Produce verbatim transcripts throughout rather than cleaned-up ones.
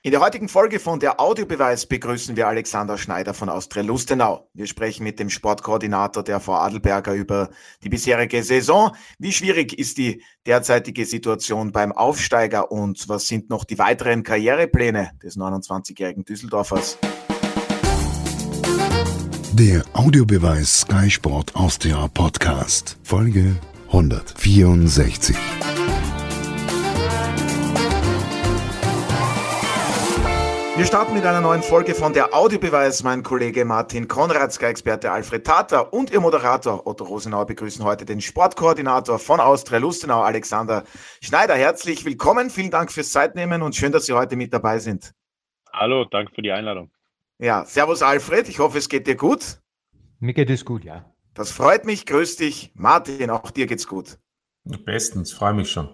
In der heutigen Folge von der Audiobeweis begrüßen wir Alexander Schneider von Austria Lustenau. Wir sprechen mit dem Sportkoordinator der V Adelberger über die bisherige Saison. Wie schwierig ist die derzeitige Situation beim Aufsteiger und was sind noch die weiteren Karrierepläne des neunundzwanzigjährigen Düsseldorfers? Der Audiobeweis Sky Sport Austria Podcast, Folge hundertvierundsechzig. Wir starten mit einer neuen Folge von der Audiobeweis. Mein Kollege Martin Konrad, Sky-Experte Alfred Tater und Ihr Moderator Otto Rosenauer begrüßen heute den Sportkoordinator von Austria Lustenau, Alexander Schneider. Herzlich willkommen, vielen Dank fürs Zeitnehmen und schön, dass Sie heute mit dabei sind. Hallo, danke für die Einladung. Ja, servus Alfred, ich hoffe, es geht dir gut. Mir geht es gut, ja. Das freut mich, grüß dich. Martin, auch dir geht's gut. Bestens, freue mich schon.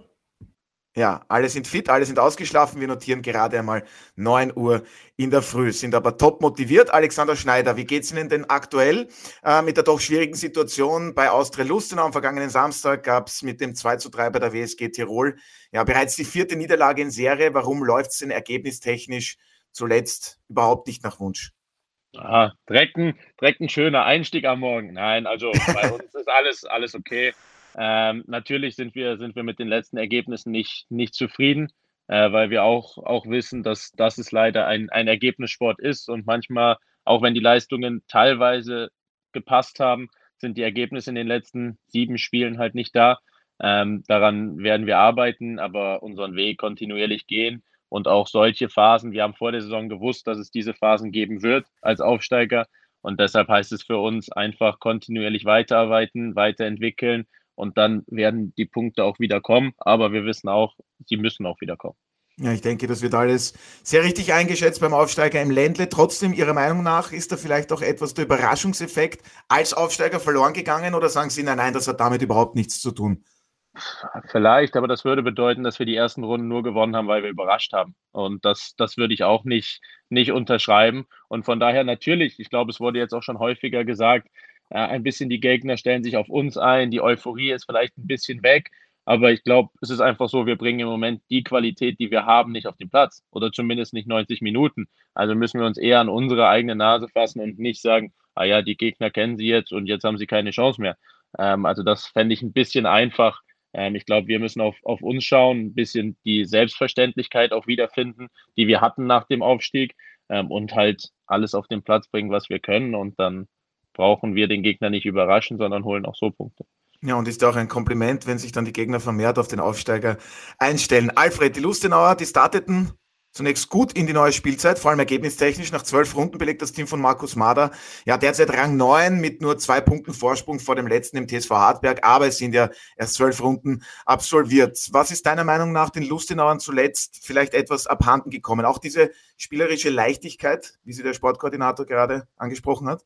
Ja, alle sind fit, alle sind ausgeschlafen. Wir notieren gerade einmal neun Uhr in der Früh, sind aber top motiviert. Alexander Schneider, wie geht's Ihnen denn aktuell äh, mit der doch schwierigen Situation bei Austria Lustenau? Am vergangenen Samstag gab's mit dem zwei zu drei bei der W S G Tirol ja bereits die vierte Niederlage in Serie. Warum läuft's denn ergebnistechnisch zuletzt überhaupt nicht nach Wunsch? Aha, direkt ein, direkt ein schöner Einstieg am Morgen. Nein, also bei uns ist alles, alles okay. Ähm, natürlich sind wir, sind wir mit den letzten Ergebnissen nicht, nicht zufrieden, äh, weil wir auch, auch wissen, dass, dass es leider ein, ein Ergebnissport ist und manchmal, auch wenn die Leistungen teilweise gepasst haben, sind die Ergebnisse in den letzten sieben Spielen halt nicht da. Ähm, daran werden wir arbeiten, aber unseren Weg kontinuierlich gehen und auch solche Phasen. Wir haben vor der Saison gewusst, dass es diese Phasen geben wird als Aufsteiger und deshalb heißt es für uns einfach kontinuierlich weiterarbeiten, weiterentwickeln. Und dann werden die Punkte auch wieder kommen. Aber wir wissen auch, sie müssen auch wieder kommen. Ja, ich denke, das wird alles sehr richtig eingeschätzt beim Aufsteiger im Ländle. Trotzdem, Ihrer Meinung nach, ist da vielleicht auch etwas der Überraschungseffekt als Aufsteiger verloren gegangen? Oder sagen Sie, nein, nein, das hat damit überhaupt nichts zu tun? Vielleicht, aber das würde bedeuten, dass wir die ersten Runden nur gewonnen haben, weil wir überrascht haben. Und das, das würde ich auch nicht, nicht unterschreiben. Und von daher natürlich, ich glaube, es wurde jetzt auch schon häufiger gesagt, ja, ein bisschen die Gegner stellen sich auf uns ein, die Euphorie ist vielleicht ein bisschen weg, aber ich glaube, es ist einfach so, wir bringen im Moment die Qualität, die wir haben, nicht auf den Platz oder zumindest nicht neunzig Minuten. Also müssen wir uns eher an unsere eigene Nase fassen und nicht sagen, ah ja, die Gegner kennen sie jetzt und jetzt haben sie keine Chance mehr. Ähm, also das fände ich ein bisschen einfach. Ähm, ich glaube, wir müssen auf, auf uns schauen, ein bisschen die Selbstverständlichkeit auch wiederfinden, die wir hatten nach dem Aufstieg ähm, und halt alles auf den Platz bringen, was wir können und dann brauchen wir den Gegner nicht überraschen, sondern holen auch so Punkte. Ja, und ist auch ein Kompliment, wenn sich dann die Gegner vermehrt auf den Aufsteiger einstellen. Alfred, die Lustenauer, die starteten zunächst gut in die neue Spielzeit, vor allem ergebnistechnisch. Nach zwölf Runden belegt das Team von Markus Mader ja derzeit Rang neun mit nur zwei Punkten Vorsprung vor dem letzten im T S V Hartberg, aber es sind ja erst zwölf Runden absolviert. Was ist deiner Meinung nach den Lustenauern zuletzt vielleicht etwas abhanden gekommen? Auch diese spielerische Leichtigkeit, wie sie der Sportkoordinator gerade angesprochen hat?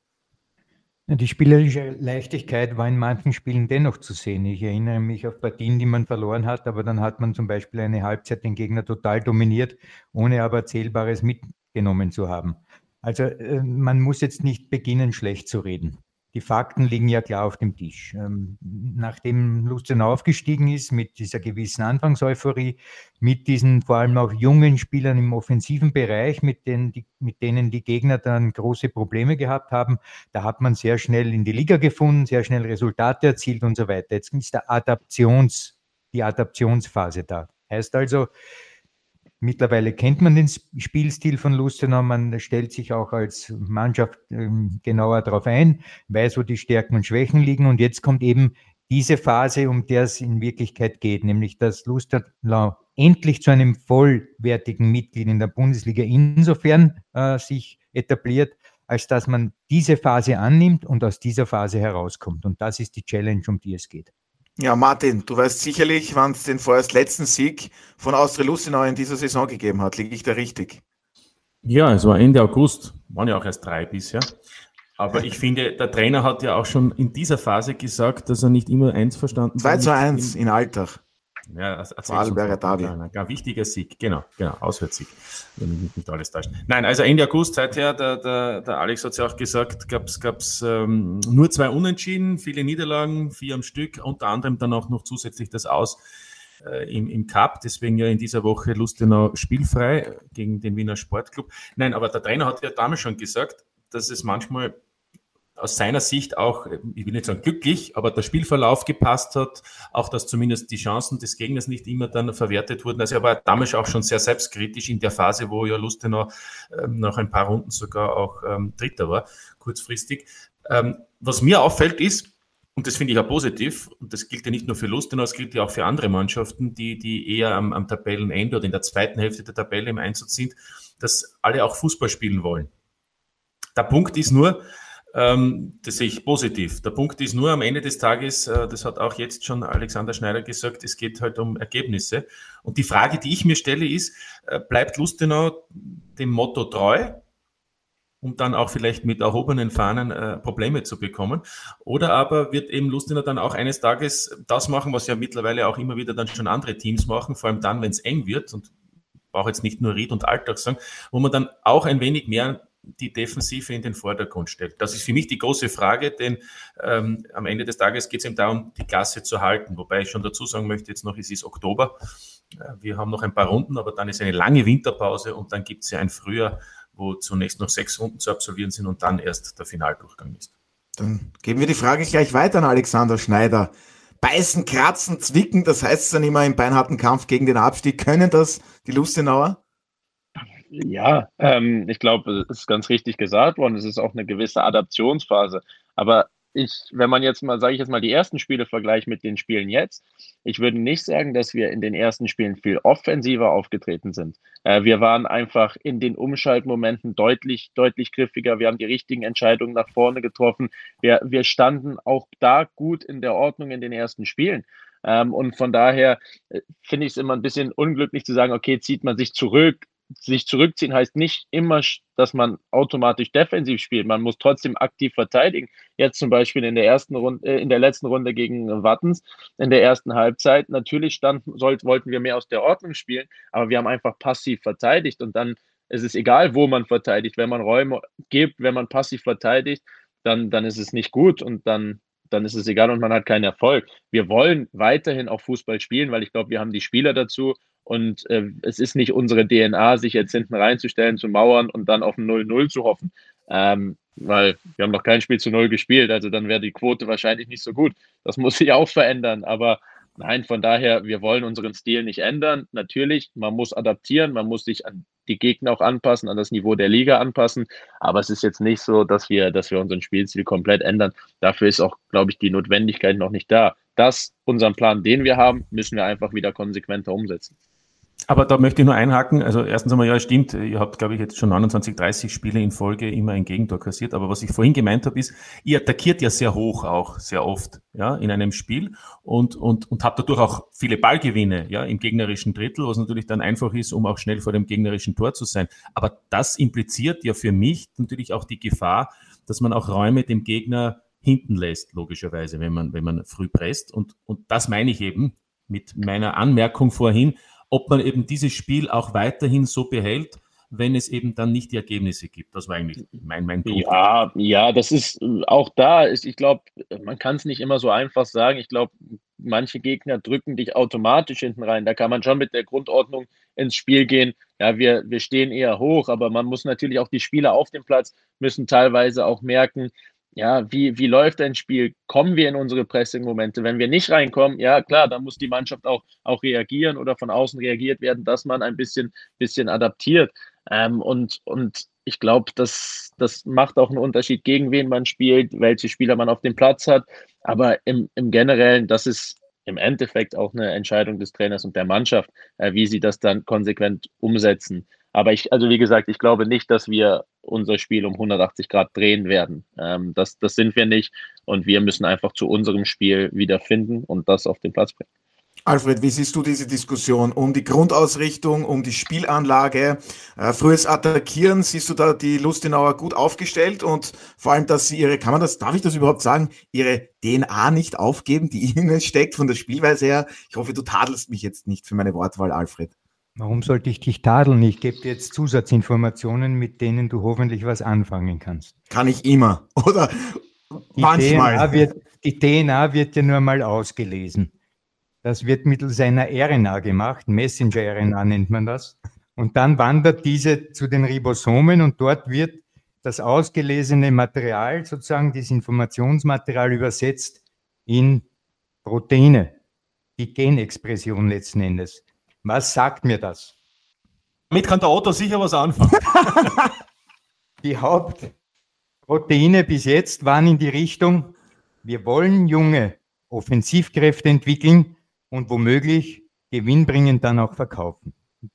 Die spielerische Leichtigkeit war in manchen Spielen dennoch zu sehen. Ich erinnere mich auf Partien, die man verloren hat, aber dann hat man zum Beispiel eine Halbzeit den Gegner total dominiert, ohne aber Zählbares mitgenommen zu haben. Also man muss jetzt nicht beginnen, schlecht zu reden. Die Fakten liegen ja klar auf dem Tisch. Nachdem Lustenau aufgestiegen ist, mit dieser gewissen Anfangseuphorie, mit diesen vor allem auch jungen Spielern im offensiven Bereich, mit denen, die, mit denen die Gegner dann große Probleme gehabt haben, da hat man sehr schnell in die Liga gefunden, sehr schnell Resultate erzielt und so weiter. Jetzt ist der Adaptions, die Adaptionsphase da. Heißt also, mittlerweile kennt man den Spielstil von Lustenau, man stellt sich auch als Mannschaft ähm, genauer darauf ein, weiß, wo die Stärken und Schwächen liegen und jetzt kommt eben diese Phase, um der es in Wirklichkeit geht, nämlich dass Lustenau endlich zu einem vollwertigen Mitglied in der Bundesliga insofern äh, sich etabliert, als dass man diese Phase annimmt und aus dieser Phase herauskommt. Und das ist die Challenge, um die es geht. Ja, Martin, du weißt sicherlich, wann es den vorerst letzten Sieg von Austria Lustenau in dieser Saison gegeben hat. Liege ich da richtig? Ja, es war Ende August, waren ja auch erst drei bisher. Aber ich finde, der Trainer hat ja auch schon in dieser Phase gesagt, dass er nicht immer eins verstanden hat. zwei zu eins in Alltag. Ja, Vorarlberger Derby. Ein, ein wichtiger Sieg, genau, genau, Auswärtssieg, wenn mich nicht alles täuscht. Nein, also Ende August, seither, der, der, der Alex hat es ja auch gesagt, gab es ähm, nur zwei Unentschieden, viele Niederlagen, vier am Stück, unter anderem dann auch noch zusätzlich das Aus äh, im, im Cup, deswegen ja in dieser Woche Lustenau spielfrei gegen den Wiener Sportclub. Nein, aber der Trainer hat ja damals schon gesagt, dass es manchmal aus seiner Sicht auch, ich will nicht sagen glücklich, aber der Spielverlauf gepasst hat, auch dass zumindest die Chancen des Gegners nicht immer dann verwertet wurden. Also er war damals auch schon sehr selbstkritisch in der Phase, wo ja Lustenau ähm, nach ein paar Runden sogar auch ähm, Dritter war, kurzfristig. Ähm, was mir auffällt ist, und das finde ich auch positiv, und das gilt ja nicht nur für Lustenau, es gilt ja auch für andere Mannschaften, die, die eher am, am Tabellenende oder in der zweiten Hälfte der Tabelle im Einsatz sind, dass alle auch Fußball spielen wollen. Der Punkt ist nur, Ähm, das sehe ich positiv. Der Punkt ist nur am Ende des Tages, äh, das hat auch jetzt schon Alexander Schneider gesagt, es geht halt um Ergebnisse. Und die Frage, die ich mir stelle, ist, äh, bleibt Lustenau dem Motto treu, um dann auch vielleicht mit erhobenen Fahnen äh, Probleme zu bekommen? Oder aber wird eben Lustenau dann auch eines Tages das machen, was ja mittlerweile auch immer wieder dann schon andere Teams machen, vor allem dann, wenn es eng wird, und ich brauche jetzt nicht nur Ried und Alltag sagen, wo man dann auch ein wenig mehr die Defensive in den Vordergrund stellt. Das ist für mich die große Frage, denn ähm, am Ende des Tages geht es eben darum, die Klasse zu halten. Wobei ich schon dazu sagen möchte, jetzt noch, es ist Oktober, äh, wir haben noch ein paar Runden, aber dann ist eine lange Winterpause und dann gibt es ja ein Frühjahr, wo zunächst noch sechs Runden zu absolvieren sind und dann erst der Finaldurchgang ist. Dann geben wir die Frage gleich weiter an Alexander Schneider. Beißen, kratzen, zwicken, das heißt es dann immer im beinharten Kampf gegen den Abstieg. Können das die Lustenauer? Ja, ähm, ich glaube, es ist ganz richtig gesagt worden. Es ist auch eine gewisse Adaptionsphase. Aber ich, wenn man jetzt mal, sage ich jetzt mal, die ersten Spiele vergleicht mit den Spielen jetzt, ich würde nicht sagen, dass wir in den ersten Spielen viel offensiver aufgetreten sind. Äh, wir waren einfach in den Umschaltmomenten deutlich, deutlich griffiger. Wir haben die richtigen Entscheidungen nach vorne getroffen. Wir, wir standen auch da gut in der Ordnung in den ersten Spielen. Ähm, und von daher äh, finde ich es immer ein bisschen unglücklich zu sagen, okay, zieht man sich zurück. Sich zurückziehen heißt nicht immer, dass man automatisch defensiv spielt. Man muss trotzdem aktiv verteidigen. Jetzt zum Beispiel in der ersten Runde, äh, in der letzten Runde gegen Wattens, in der ersten Halbzeit. Natürlich standen, sollt, wollten wir mehr aus der Ordnung spielen, aber wir haben einfach passiv verteidigt und dann ist es egal, wo man verteidigt. Wenn man Räume gibt, wenn man passiv verteidigt, dann, dann ist es nicht gut und dann, dann ist es egal und man hat keinen Erfolg. Wir wollen weiterhin auch Fußball spielen, weil ich glaube, wir haben die Spieler dazu. Und äh, es ist nicht unsere D N A, sich jetzt hinten reinzustellen, zu mauern und dann auf ein null null zu hoffen. Ähm, weil wir haben noch kein Spiel zu null gespielt, also dann wäre die Quote wahrscheinlich nicht so gut. Das muss sich auch verändern. Aber nein, von daher, wir wollen unseren Stil nicht ändern. Natürlich, man muss adaptieren, man muss sich an die Gegner auch anpassen, an das Niveau der Liga anpassen. Aber es ist jetzt nicht so, dass wir, dass wir unseren Spielstil komplett ändern. Dafür ist auch, glaube ich, die Notwendigkeit noch nicht da. Das, unseren Plan, den wir haben, müssen wir einfach wieder konsequenter umsetzen. Aber da möchte ich nur einhaken, also erstens einmal, ja, stimmt, ihr habt, glaube ich, jetzt schon neunundzwanzig, dreißig Spiele in Folge immer ein Gegentor kassiert, aber was ich vorhin gemeint habe, ist, ihr attackiert ja sehr hoch auch, sehr oft, ja, in einem Spiel und, und, und habt dadurch auch viele Ballgewinne, ja, im gegnerischen Drittel, was natürlich dann einfach ist, um auch schnell vor dem gegnerischen Tor zu sein. Aber das impliziert ja für mich natürlich auch die Gefahr, dass man auch Räume dem Gegner hinten lässt, logischerweise, wenn man, wenn man früh presst und, und das meine ich eben mit meiner Anmerkung vorhin, ob man eben dieses Spiel auch weiterhin so behält, wenn es eben dann nicht die Ergebnisse gibt. Das war eigentlich mein, mein Punkt. Ja, ja, das ist auch da. Ist, ich glaube, man kann es nicht immer so einfach sagen. Ich glaube, manche Gegner drücken dich automatisch hinten rein. Da kann man schon mit der Grundordnung ins Spiel gehen. Ja, wir, wir stehen eher hoch, aber man muss natürlich auch die Spieler auf dem Platz müssen teilweise auch merken, ja, wie, wie läuft ein Spiel? Kommen wir in unsere Pressing-Momente? Wenn wir nicht reinkommen, ja klar, dann muss die Mannschaft auch, auch reagieren oder von außen reagiert werden, dass man ein bisschen, bisschen adaptiert. Ähm, und, und ich glaube, das, das macht auch einen Unterschied, gegen wen man spielt, welche Spieler man auf dem Platz hat. Aber im, im Generellen, das ist im Endeffekt auch eine Entscheidung des Trainers und der Mannschaft, äh, wie sie das dann konsequent umsetzen. Aber ich, also wie gesagt, ich glaube nicht, dass wir unser Spiel um hundertachtzig Grad drehen werden. Ähm, das, das sind wir nicht und wir müssen einfach zu unserem Spiel wiederfinden und das auf den Platz bringen. Alfred, wie siehst du diese Diskussion um die Grundausrichtung, um die Spielanlage, äh, frühes Attackieren? Siehst du da die Lustenauer gut aufgestellt und vor allem, dass sie ihre, kann man das, darf ich das überhaupt sagen, ihre D N A nicht aufgeben, die ihnen steckt von der Spielweise her? Ich hoffe, du tadelst mich jetzt nicht für meine Wortwahl, Alfred. Warum sollte ich dich tadeln? Ich gebe dir jetzt Zusatzinformationen, mit denen du hoffentlich was anfangen kannst. Kann ich immer, oder? Die manchmal. D N A wird, die D N A wird ja nur mal ausgelesen. Das wird mittels einer R N A gemacht, Messenger-R N A nennt man das. Und dann wandert diese zu den Ribosomen und dort wird das ausgelesene Material, sozusagen das Informationsmaterial übersetzt in Proteine, die Genexpression letzten Endes. Was sagt mir das? Damit kann der Otto sicher was anfangen. Die Hauptproteine bis jetzt waren in die Richtung, wir wollen junge Offensivkräfte entwickeln und womöglich gewinnbringend dann auch verkaufen.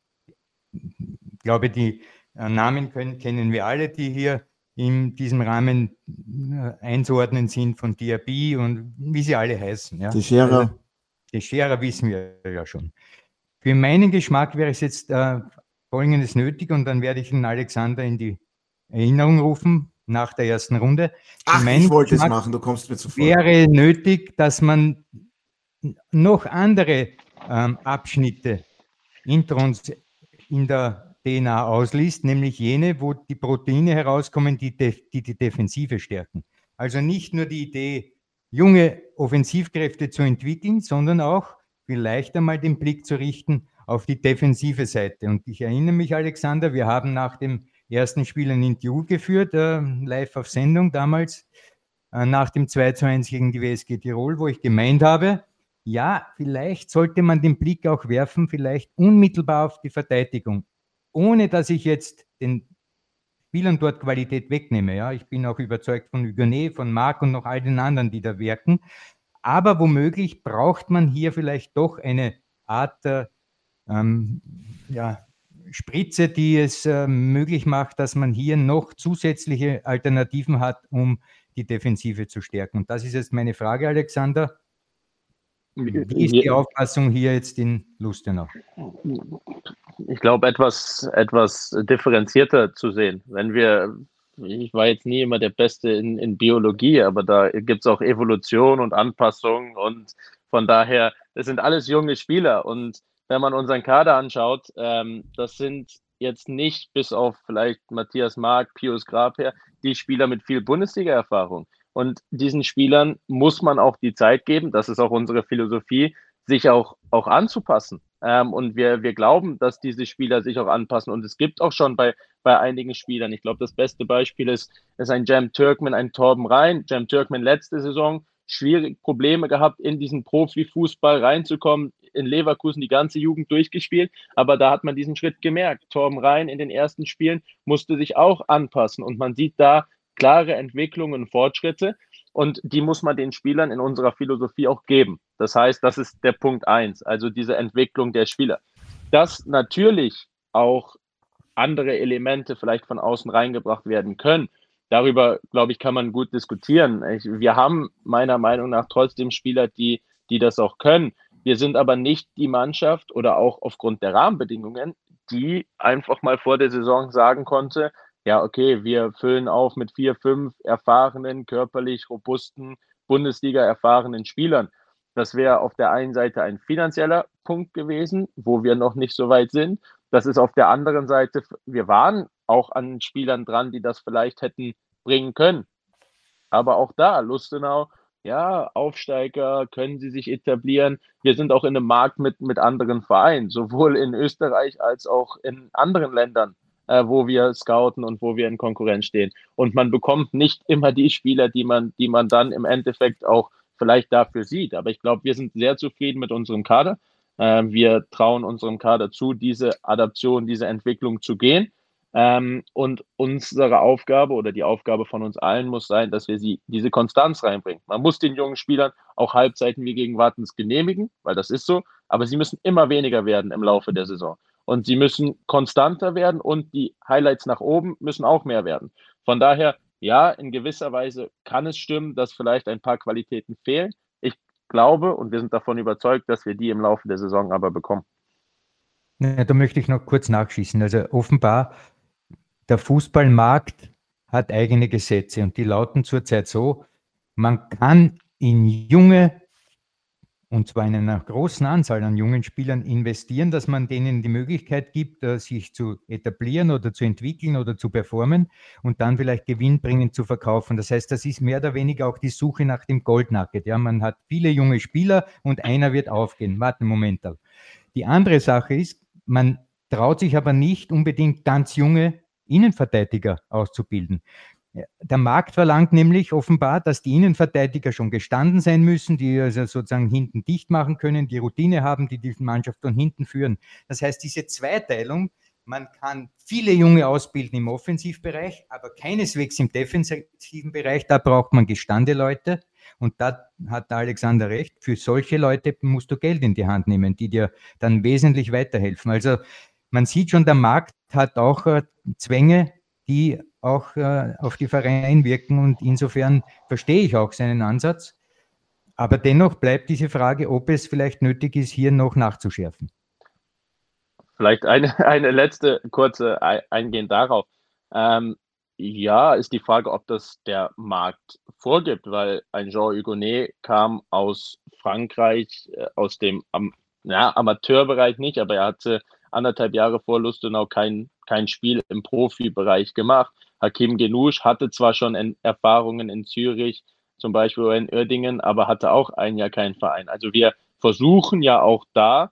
Ich glaube, die Namen können, kennen wir alle, die hier in diesem Rahmen einzuordnen sind, von D R B und wie sie alle heißen. Ja. Teixeira. Also, Teixeira wissen wir ja schon. Für meinen Geschmack wäre es jetzt äh, Folgendes nötig und dann werde ich den Alexander in die Erinnerung rufen nach der ersten Runde. Ach, ich wollte es machen, du kommst mir zuvor. Wäre nötig, dass man noch andere ähm, Abschnitte, Introns in der D N A ausliest, nämlich jene, wo die Proteine herauskommen, die die, die die Defensive stärken. Also nicht nur die Idee, junge Offensivkräfte zu entwickeln, sondern auch vielleicht einmal den Blick zu richten auf die defensive Seite. Und ich erinnere mich, Alexander, wir haben nach dem ersten Spiel ein Interview geführt, äh, live auf Sendung damals, äh, nach dem zwei zu eins gegen die W S G Tirol, wo ich gemeint habe, ja, vielleicht sollte man den Blick auch werfen, vielleicht unmittelbar auf die Verteidigung, ohne dass ich jetzt den Spielern dort Qualität wegnehme. Ja, ich bin auch überzeugt von Hugonet, von Marc und noch all den anderen, die da wirken. Aber womöglich braucht man hier vielleicht doch eine Art äh, ähm, ja, Spritze, die es äh, möglich macht, dass man hier noch zusätzliche Alternativen hat, um die Defensive zu stärken. Und das ist jetzt meine Frage, Alexander. Wie ist die Auffassung hier jetzt in Lustenau? Ich glaube, etwas, etwas differenzierter zu sehen. Wenn wir, ich war jetzt nie immer der Beste in, in Biologie, aber da gibt es auch Evolution und Anpassung und von daher, das sind alles junge Spieler und wenn man unseren Kader anschaut, ähm, das sind jetzt nicht bis auf vielleicht Matthias Mark, Pius Grabherr, die Spieler mit viel Bundesliga-Erfahrung. Und diesen Spielern muss man auch die Zeit geben, das ist auch unsere Philosophie, sich auch, auch anzupassen. Ähm, und wir, wir glauben, dass diese Spieler sich auch anpassen. Und es gibt auch schon bei, bei einigen Spielern, ich glaube, das beste Beispiel ist, ist ein Cem Türkmen, ein Torben Rhein. Cem Türkmen letzte Saison schwierige Probleme gehabt, in diesen Profifußball reinzukommen, in Leverkusen die ganze Jugend durchgespielt, aber da hat man diesen Schritt gemerkt. Torben Rhein in den ersten Spielen musste sich auch anpassen und man sieht da klare Entwicklungen und Fortschritte und die muss man den Spielern in unserer Philosophie auch geben. Das heißt, das ist der Punkt eins, also diese Entwicklung der Spieler. Dass natürlich auch andere Elemente vielleicht von außen reingebracht werden können, darüber, glaube ich, kann man gut diskutieren. Ich, wir haben meiner Meinung nach trotzdem Spieler, die, die das auch können. Wir sind aber nicht die Mannschaft oder auch aufgrund der Rahmenbedingungen, die einfach mal vor der Saison sagen konnte, ja, okay, wir füllen auf mit vier, fünf erfahrenen, körperlich robusten, Bundesliga-erfahrenen Spielern. Das wäre auf der einen Seite ein finanzieller Punkt gewesen, wo wir noch nicht so weit sind. Das ist auf der anderen Seite, wir waren auch an Spielern dran, die das vielleicht hätten bringen können. Aber auch da, Lustenau, ja, Aufsteiger, können sie sich etablieren. Wir sind auch in einem Markt mit, mit anderen Vereinen, sowohl in Österreich als auch in anderen Ländern, äh, wo wir scouten und wo wir in Konkurrenz stehen. Und man bekommt nicht immer die Spieler, die man, die man dann im Endeffekt auch vielleicht dafür sieht. Aber ich glaube, wir sind sehr zufrieden mit unserem Kader. Äh, wir trauen unserem Kader zu, diese Adaption, diese Entwicklung zu gehen. Ähm, und unsere Aufgabe oder die Aufgabe von uns allen muss sein, dass wir sie, diese Konstanz reinbringen. Man muss den jungen Spielern auch Halbzeiten wie gegen Wartens genehmigen, weil das ist so, aber sie müssen immer weniger werden im Laufe der Saison. Und sie müssen konstanter werden und die Highlights nach oben müssen auch mehr werden. Von daher, ja, in gewisser Weise kann es stimmen, dass vielleicht ein paar Qualitäten fehlen. Ich glaube und wir sind davon überzeugt, dass wir die im Laufe der Saison aber bekommen. Ja, da möchte ich noch kurz nachschießen. Also offenbar, der Fußballmarkt hat eigene Gesetze und die lauten zurzeit so, man kann in junge und zwar in einer großen Anzahl an jungen Spielern investieren, dass man denen die Möglichkeit gibt, sich zu etablieren oder zu entwickeln oder zu performen und dann vielleicht gewinnbringend zu verkaufen. Das heißt, das ist mehr oder weniger auch die Suche nach dem Goldnugget. Ja, man hat viele junge Spieler und einer wird aufgehen. Warte, Moment. Die andere Sache ist, man traut sich aber nicht unbedingt ganz junge Innenverteidiger auszubilden. Der Markt verlangt nämlich offenbar, dass die Innenverteidiger schon gestanden sein müssen, die also sozusagen hinten dicht machen können, die Routine haben, die die Mannschaft von hinten führen. Das heißt, diese Zweiteilung, man kann viele Junge ausbilden im Offensivbereich, aber keineswegs im defensiven Bereich. Da braucht man gestandene Leute. Und da hat der Alexander recht, für solche Leute musst du Geld in die Hand nehmen, die dir dann wesentlich weiterhelfen. Also man sieht schon, der Markt hat auch äh, Zwänge, die auch äh, auf die Vereine wirken, und insofern verstehe ich auch seinen Ansatz. Aber dennoch bleibt diese Frage, ob es vielleicht nötig ist, hier noch nachzuschärfen. Vielleicht eine, eine letzte kurze Eingehen darauf. Ähm, ja, ist die Frage, ob das der Markt vorgibt, weil ein Jean Hugonet kam aus Frankreich, äh, aus dem am, ja, Amateurbereich nicht, aber er hatte anderthalb Jahre vor Lustenau kein, kein Spiel im Profibereich gemacht. Hakim Genouche hatte zwar schon in Erfahrungen in Zürich, zum Beispiel in Uerdingen, aber hatte auch ein Jahr keinen Verein. Also wir versuchen ja auch da,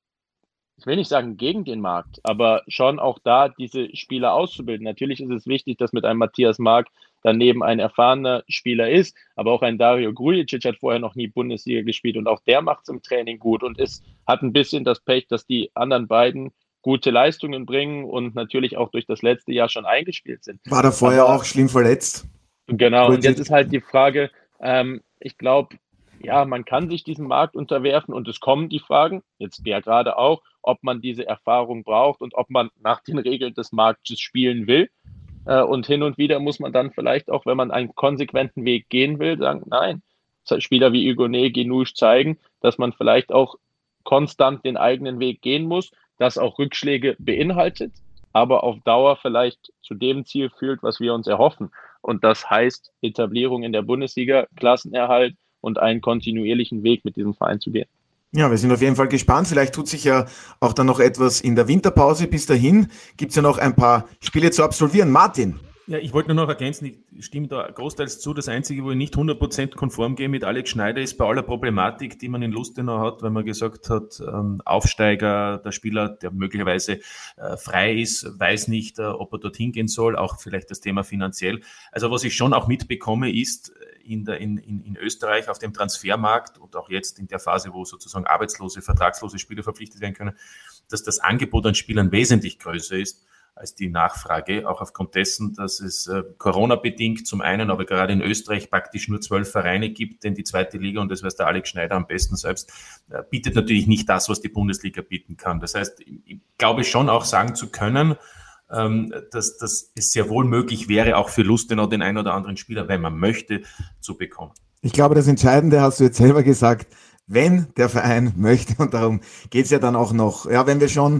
ich will nicht sagen gegen den Markt, aber schon auch da diese Spieler auszubilden. Natürlich ist es wichtig, dass mit einem Matthias Mark daneben ein erfahrener Spieler ist, aber auch ein Dario Grujicic hat vorher noch nie Bundesliga gespielt und auch der macht es im Training gut und ist, hat ein bisschen das Pech, dass die anderen beiden gute Leistungen bringen und natürlich auch durch das letzte Jahr schon eingespielt sind. War da vorher aber auch schlimm verletzt. Genau, und jetzt ist halt die Frage, ähm, ich glaube, ja, man kann sich diesem Markt unterwerfen und es kommen die Fragen, jetzt ja gerade auch, ob man diese Erfahrung braucht und ob man nach den Regeln des Marktes spielen will. Äh, und hin und wieder muss man dann vielleicht auch, wenn man einen konsequenten Weg gehen will, sagen, nein, Spieler wie Hugonet, Genouche zeigen, dass man vielleicht auch konstant den eigenen Weg gehen muss, das auch Rückschläge beinhaltet, aber auf Dauer vielleicht zu dem Ziel führt, was wir uns erhoffen. Und das heißt Etablierung in der Bundesliga, Klassenerhalt und einen kontinuierlichen Weg mit diesem Verein zu gehen. Ja, wir sind auf jeden Fall gespannt. Vielleicht tut sich ja auch dann noch etwas in der Winterpause. Bis dahin gibt es ja noch ein paar Spiele zu absolvieren. Martin. Ja, ich wollte nur noch ergänzen, ich stimme da großteils zu. Das Einzige, wo ich nicht hundert Prozent konform gehe mit Alex Schneider, ist bei aller Problematik, die man in Lustenau hat, weil man gesagt hat, ähm, Aufsteiger, der Spieler, der möglicherweise äh, frei ist, weiß nicht, äh, ob er dorthin gehen soll, auch vielleicht das Thema finanziell. Also was ich schon auch mitbekomme, ist in, der, in, in, in Österreich auf dem Transfermarkt und auch jetzt in der Phase, wo sozusagen arbeitslose, vertragslose Spieler verpflichtet werden können, dass das Angebot an Spielern wesentlich größer ist als die Nachfrage, auch aufgrund dessen, dass es äh, Corona-bedingt zum einen, aber gerade in Österreich praktisch nur zwölf Vereine gibt, denn die zweite Liga, und das weiß der Alex Schneider am besten selbst, äh, bietet natürlich nicht das, was die Bundesliga bieten kann. Das heißt, ich, ich glaube schon auch sagen zu können, ähm, dass, dass es sehr wohl möglich wäre, auch für Lustenau den einen oder anderen Spieler, wenn man möchte, zu bekommen. Ich glaube, das Entscheidende hast du jetzt selber gesagt, wenn der Verein möchte, und darum geht es ja dann auch noch. Ja, wenn wir schon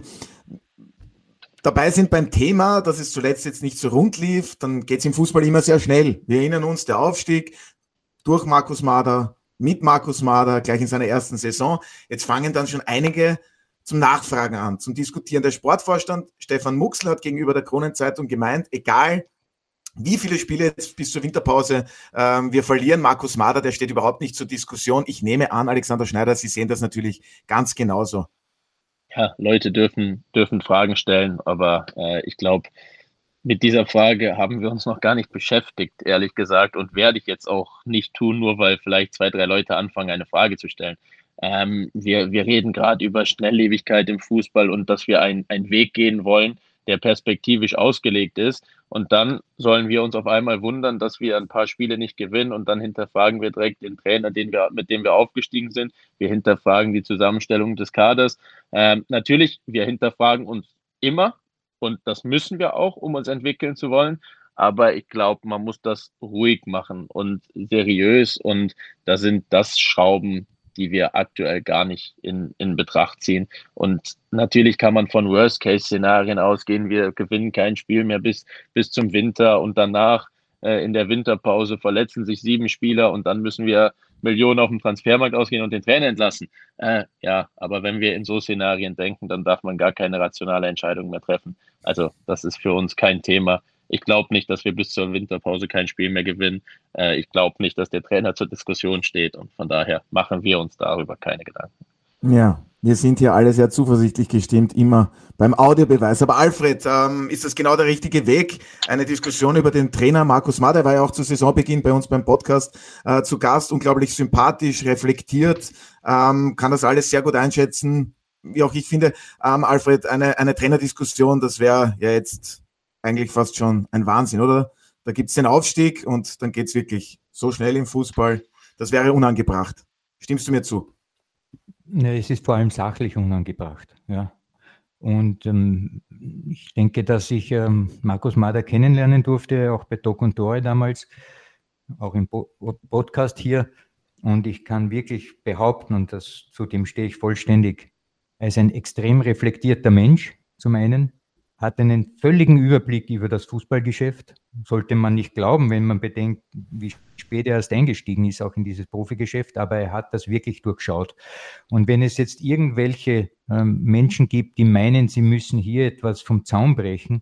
dabei sind beim Thema, dass es zuletzt jetzt nicht so rund lief, dann geht es im Fußball immer sehr schnell. Wir erinnern uns, der Aufstieg durch Markus Mader, mit Markus Mader, gleich in seiner ersten Saison. Jetzt fangen dann schon einige zum Nachfragen an, zum Diskutieren. Der Sportvorstand Stefan Muxel hat gegenüber der Kronenzeitung gemeint, egal wie viele Spiele jetzt bis zur Winterpause ähm, wir verlieren, Markus Mader, der steht überhaupt nicht zur Diskussion. Ich nehme an, Alexander Schneider, Sie sehen das natürlich ganz genauso. Ja, Leute dürfen, dürfen Fragen stellen, aber äh, ich glaube, mit dieser Frage haben wir uns noch gar nicht beschäftigt, ehrlich gesagt, und werde ich jetzt auch nicht tun, nur weil vielleicht zwei, drei Leute anfangen, eine Frage zu stellen. Ähm, wir, wir reden gerade über Schnelllebigkeit im Fußball und dass wir ein, einen Weg gehen wollen, der perspektivisch ausgelegt ist. Und dann sollen wir uns auf einmal wundern, dass wir ein paar Spiele nicht gewinnen und dann hinterfragen wir direkt den Trainer, den wir, mit dem wir aufgestiegen sind. Wir hinterfragen die Zusammenstellung des Kaders. Ähm, natürlich, wir hinterfragen uns immer und das müssen wir auch, um uns entwickeln zu wollen. Aber ich glaube, man muss das ruhig machen und seriös, und da sind das Schrauben, die wir aktuell gar nicht in, in Betracht ziehen. Und natürlich kann man von Worst-Case-Szenarien ausgehen. Wir gewinnen kein Spiel mehr bis, bis zum Winter und danach äh, in der Winterpause verletzen sich sieben Spieler und dann müssen wir Millionen auf dem Transfermarkt ausgehen und den Trainer entlassen. Äh, ja, aber wenn wir in so Szenarien denken, dann darf man gar keine rationale Entscheidung mehr treffen. Also das ist für uns kein Thema. Ich glaube nicht, dass wir bis zur Winterpause kein Spiel mehr gewinnen. Äh, ich glaube nicht, dass der Trainer zur Diskussion steht und von daher machen wir uns darüber keine Gedanken. Ja, wir sind hier alle sehr zuversichtlich gestimmt, immer beim Audiobeweis. Aber Alfred, ähm, ist das genau der richtige Weg? Eine Diskussion über den Trainer Markus Mader, war ja auch zu Saisonbeginn bei uns beim Podcast äh, zu Gast, unglaublich sympathisch, reflektiert, ähm, kann das alles sehr gut einschätzen. Wie auch ich finde, ähm, Alfred, eine, eine Trainerdiskussion, das wäre ja jetzt eigentlich fast schon ein Wahnsinn, oder? Da gibt's den Aufstieg und dann geht's wirklich so schnell im Fußball. Das wäre unangebracht. Stimmst du mir zu? Ne, es ist vor allem sachlich unangebracht, ja. Und ähm, ich denke, dass ich ähm, Markus Mader kennenlernen durfte, auch bei Doc und Tore damals, auch im Bo- Podcast hier. Und ich kann wirklich behaupten, und das, zu dem stehe ich vollständig, er ist ein extrem reflektierter Mensch, zum einen, hat einen völligen Überblick über das Fußballgeschäft. Sollte man nicht glauben, wenn man bedenkt, wie spät er erst eingestiegen ist, auch in dieses Profigeschäft, aber er hat das wirklich durchschaut. Und wenn es jetzt irgendwelche ähm, Menschen gibt, die meinen, sie müssen hier etwas vom Zaun brechen,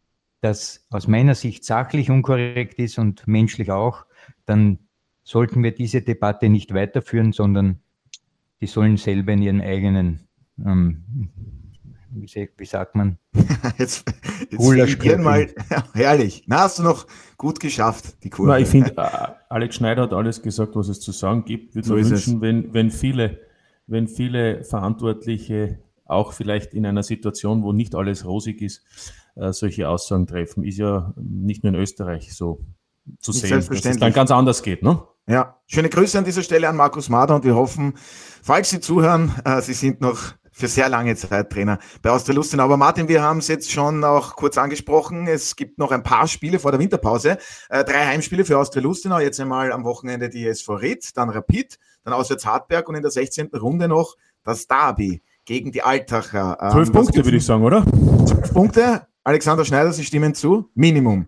das aus meiner Sicht sachlich unkorrekt ist und menschlich auch, dann sollten wir diese Debatte nicht weiterführen, sondern die sollen selber in ihren eigenen ähm, Wie, wie sagt man? Jetzt, jetzt mal, ja, herrlich. Na, hast du noch gut geschafft, die Kurve. Na, ich finde, Alex Schneider hat alles gesagt, was es zu sagen gibt. Ich würde mir wünschen, wenn, wenn, viele, wenn viele Verantwortliche auch vielleicht in einer Situation, wo nicht alles rosig ist, äh, solche Aussagen treffen. Ist ja nicht nur in Österreich so zu nicht sehen, dass es dann ganz anders geht, ne? Ja, schöne Grüße an dieser Stelle an Markus Mader und wir hoffen, falls Sie zuhören, äh, Sie sind noch für sehr lange Zeit Trainer bei Austria Lustenau. Aber Martin, wir haben es jetzt schon auch kurz angesprochen. Es gibt noch ein paar Spiele vor der Winterpause. Äh, drei Heimspiele für Austria Lustenau. Jetzt einmal am Wochenende die S V Ried, dann Rapid, dann auswärts Hartberg und in der sechzehnten Runde noch das Derby gegen die Altacher. Ähm, Zwölf Punkte, würde ich sagen, oder? Zwölf Punkte. Alexander Schneider, Sie stimmen zu? Minimum.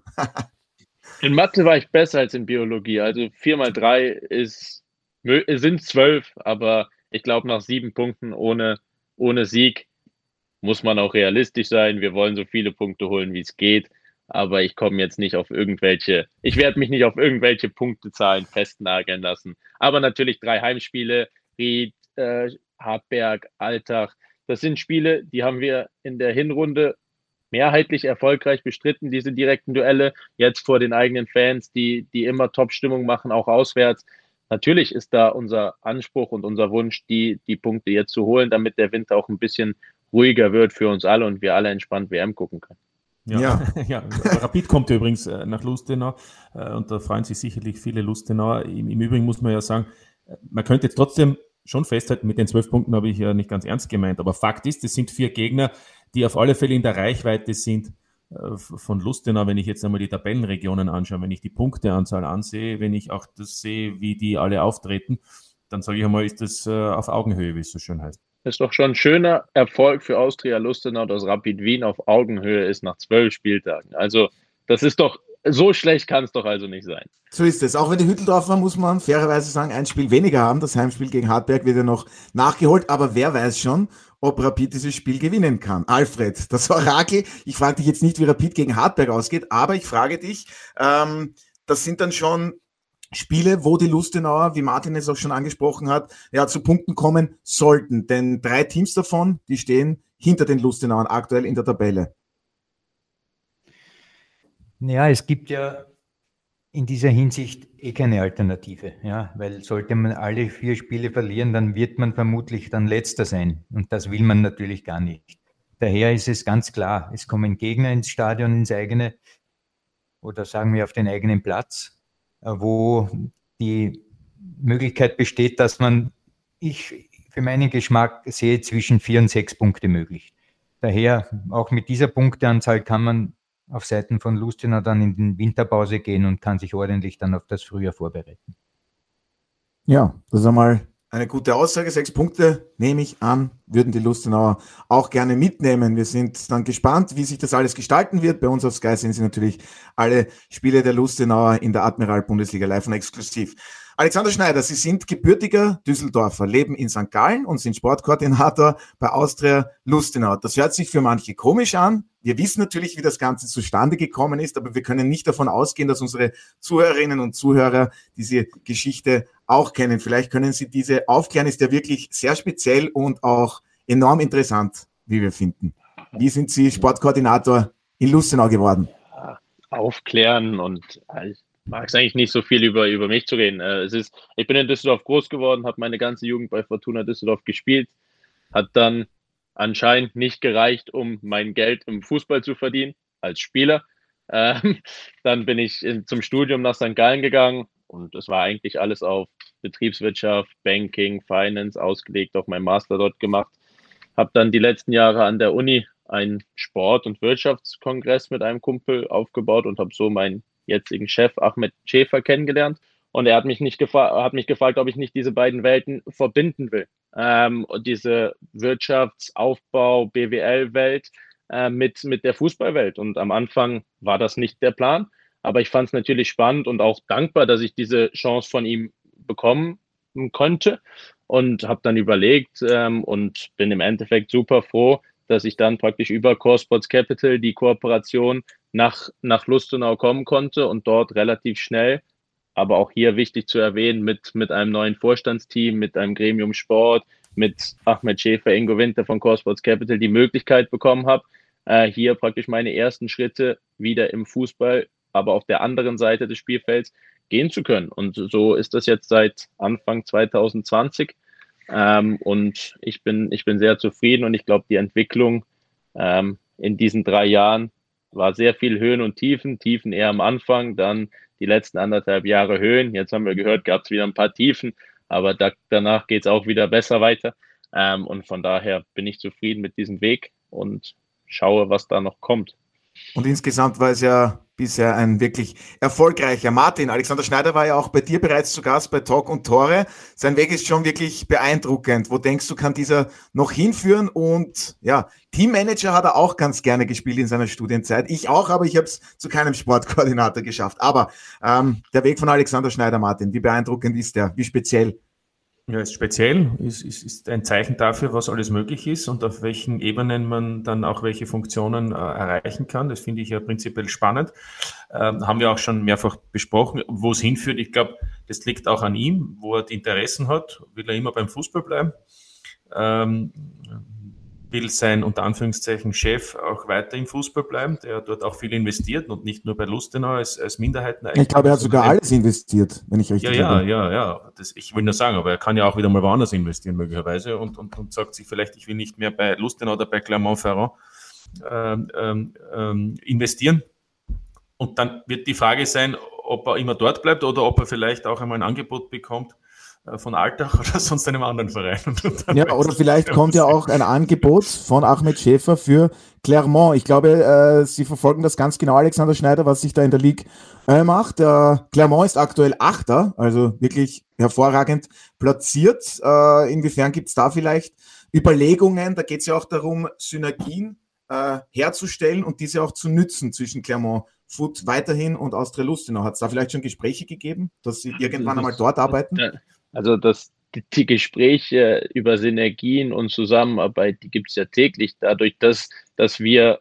In Mathe war ich besser als in Biologie. Also vier mal drei ist, sind zwölf, aber ich glaube nach sieben Punkten ohne Ohne Sieg muss man auch realistisch sein. Wir wollen so viele Punkte holen, wie es geht. Aber ich komme jetzt nicht auf irgendwelche, ich werde mich nicht auf irgendwelche Punktezahlen festnageln lassen. Aber natürlich drei Heimspiele, Ried, äh, Hartberg, Altach. Das sind Spiele, die haben wir in der Hinrunde mehrheitlich erfolgreich bestritten, diese direkten Duelle. Jetzt vor den eigenen Fans, die, die immer Top-Stimmung machen, auch auswärts. Natürlich ist da unser Anspruch und unser Wunsch, die, die Punkte jetzt zu holen, damit der Winter auch ein bisschen ruhiger wird für uns alle und wir alle entspannt W M gucken können. Ja, ja. ja. Rapid kommt ja übrigens nach Lustenau und da freuen sich sicherlich viele Lustenauer. Im, Im Übrigen muss man ja sagen, man könnte jetzt trotzdem schon festhalten, mit den zwölf Punkten habe ich ja nicht ganz ernst gemeint, aber Fakt ist, es sind vier Gegner, die auf alle Fälle in der Reichweite sind von Lustenau, wenn ich jetzt einmal die Tabellenregionen anschaue, wenn ich die Punkteanzahl ansehe, wenn ich auch das sehe, wie die alle auftreten, dann sage ich einmal, ist das auf Augenhöhe, wie es so schön heißt. Das ist doch schon ein schöner Erfolg für Austria Lustenau, dass Rapid Wien auf Augenhöhe ist nach zwölf Spieltagen. Also das ist doch, so schlecht kann es doch also nicht sein. So ist es. Auch wenn die Hütteldorfer, muss man fairerweise sagen, ein Spiel weniger haben. Das Heimspiel gegen Hartberg wird ja noch nachgeholt, aber wer weiß schon, ob Rapid dieses Spiel gewinnen kann. Alfred, das Orakel, ich frage dich jetzt nicht, wie Rapid gegen Hartberg ausgeht, aber ich frage dich, ähm, das sind dann schon Spiele, wo die Lustenauer, wie Martin es auch schon angesprochen hat, ja, zu Punkten kommen sollten. Denn drei Teams davon, die stehen hinter den Lustenauern aktuell in der Tabelle. Ja, es gibt ja in dieser Hinsicht eh keine Alternative, ja, weil sollte man alle vier Spiele verlieren, dann wird man vermutlich dann Letzter sein und das will man natürlich gar nicht. Daher ist es ganz klar, es kommen Gegner ins Stadion, ins eigene oder sagen wir auf den eigenen Platz, wo die Möglichkeit besteht, dass man, ich für meinen Geschmack sehe zwischen vier und sechs Punkte möglich. Daher auch mit dieser Punkteanzahl kann man auf Seiten von Lustenau dann in den Winterpause gehen und kann sich ordentlich dann auf das Frühjahr vorbereiten. Ja, das ist einmal eine gute Aussage. Sechs Punkte, nehme ich an, würden die Lustenauer auch gerne mitnehmen. Wir sind dann gespannt, wie sich das alles gestalten wird. Bei uns auf Sky sehen Sie natürlich alle Spiele der Lustenauer in der Admiral Bundesliga live und exklusiv. Alexander Schneider, Sie sind gebürtiger Düsseldorfer, leben in Sankt Gallen und sind Sportkoordinator bei Austria Lustenau. Das hört sich für manche komisch an. Wir wissen natürlich, wie das Ganze zustande gekommen ist, aber wir können nicht davon ausgehen, dass unsere Zuhörerinnen und Zuhörer diese Geschichte auch kennen. Vielleicht können Sie diese aufklären, ist ja wirklich sehr speziell und auch enorm interessant, wie wir finden. Wie sind Sie Sportkoordinator in Lustenau geworden? Aufklären und ich mag es eigentlich nicht so viel über, über mich zu reden. Es ist, ich bin in Düsseldorf groß geworden, habe meine ganze Jugend bei Fortuna Düsseldorf gespielt, hat dann anscheinend nicht gereicht, um mein Geld im Fußball zu verdienen als Spieler. Ähm, dann bin ich in, zum Studium nach Sankt Gallen gegangen und es war eigentlich alles auf Betriebswirtschaft, Banking, Finance ausgelegt, auch mein Master dort gemacht. Habe dann die letzten Jahre an der Uni einen Sport- und Wirtschaftskongress mit einem Kumpel aufgebaut und habe so meinen jetzigen Chef Ahmed Schäfer kennengelernt. Und er hat mich, nicht gefa- hat mich gefragt, ob ich nicht diese beiden Welten verbinden will. Ähm, und diese Wirtschaftsaufbau, B W L-Welt äh, mit, mit der Fußballwelt. Und am Anfang war das nicht der Plan. Aber ich fand es natürlich spannend und auch dankbar, dass ich diese Chance von ihm bekommen konnte. Und habe dann überlegt ähm, und bin im Endeffekt super froh, dass ich dann praktisch über Core Sports Capital die Kooperation nach, nach Lustenau kommen konnte und dort relativ schnell, aber auch hier wichtig zu erwähnen, mit, mit einem neuen Vorstandsteam, mit einem Gremium Sport, mit Ahmed Schäfer, Ingo Winter von Core Sports Capital die Möglichkeit bekommen habe, äh, hier praktisch meine ersten Schritte wieder im Fußball, aber auf der anderen Seite des Spielfelds gehen zu können. Und so ist das jetzt seit Anfang zwanzig zwanzig. Ähm, und ich bin, ich bin sehr zufrieden und ich glaube, die Entwicklung ähm, in diesen drei Jahren war sehr viel Höhen und Tiefen. Tiefen eher am Anfang, dann die letzten anderthalb Jahre Höhen. Jetzt haben wir gehört, gab es wieder ein paar Tiefen, aber da, danach geht es auch wieder besser weiter. Ähm, und von daher bin ich zufrieden mit diesem Weg und schaue, was da noch kommt. Und insgesamt war es ja bisher ein wirklich erfolgreicher. Martin, Alexander Schneider war ja auch bei dir bereits zu Gast bei Talk und Tore. Sein Weg ist schon wirklich beeindruckend. Wo denkst du, kann dieser noch hinführen? Und ja, Teammanager hat er auch ganz gerne gespielt in seiner Studienzeit. Ich auch, aber ich habe es zu keinem Sportkoordinator geschafft. Aber ähm, der Weg von Alexander Schneider, Martin, wie beeindruckend ist der? Wie speziell? Ja, ist speziell, ist, ist, ist ein Zeichen dafür, was alles möglich ist und auf welchen Ebenen man dann auch welche Funktionen äh, erreichen kann. Das finde ich ja prinzipiell spannend. Ähm, haben wir auch schon mehrfach besprochen, wo es hinführt. Ich glaube, das liegt auch an ihm, wo er die Interessen hat. Will er immer beim Fußball bleiben? Ähm, will sein, unter Anführungszeichen, Chef auch weiter im Fußball bleiben, der dort auch viel investiert und nicht nur bei Lustenau als, als Minderheiteneigentümer. Ich glaube, er hat sogar alles investiert, wenn ich richtig Ja, habe. ja, ja, ja. Das, ich will nur sagen, aber er kann ja auch wieder mal woanders investieren möglicherweise und, und, und sagt sich vielleicht, ich will nicht mehr bei Lustenau oder bei Clermont-Ferrand ähm, ähm, investieren. Und dann wird die Frage sein, ob er immer dort bleibt oder ob er vielleicht auch einmal ein Angebot bekommt von Altach oder sonst einem anderen Verein. Ja, oder vielleicht kommt ja auch ein Angebot von Ahmed Schäfer für Clermont. Ich glaube, äh, Sie verfolgen das ganz genau, Alexander Schneider, was sich da in der Ligue äh, macht. Äh, Clermont ist aktuell Achter, also wirklich hervorragend platziert. Äh, inwiefern gibt es da vielleicht Überlegungen? Da geht es ja auch darum, Synergien äh, herzustellen und diese auch zu nützen zwischen Clermont Foot weiterhin und Austria Lustenau. Hat es da vielleicht schon Gespräche gegeben, dass Sie irgendwann einmal dort arbeiten? Also das, die, die Gespräche über Synergien und Zusammenarbeit, die gibt es ja täglich, dadurch, dass, dass wir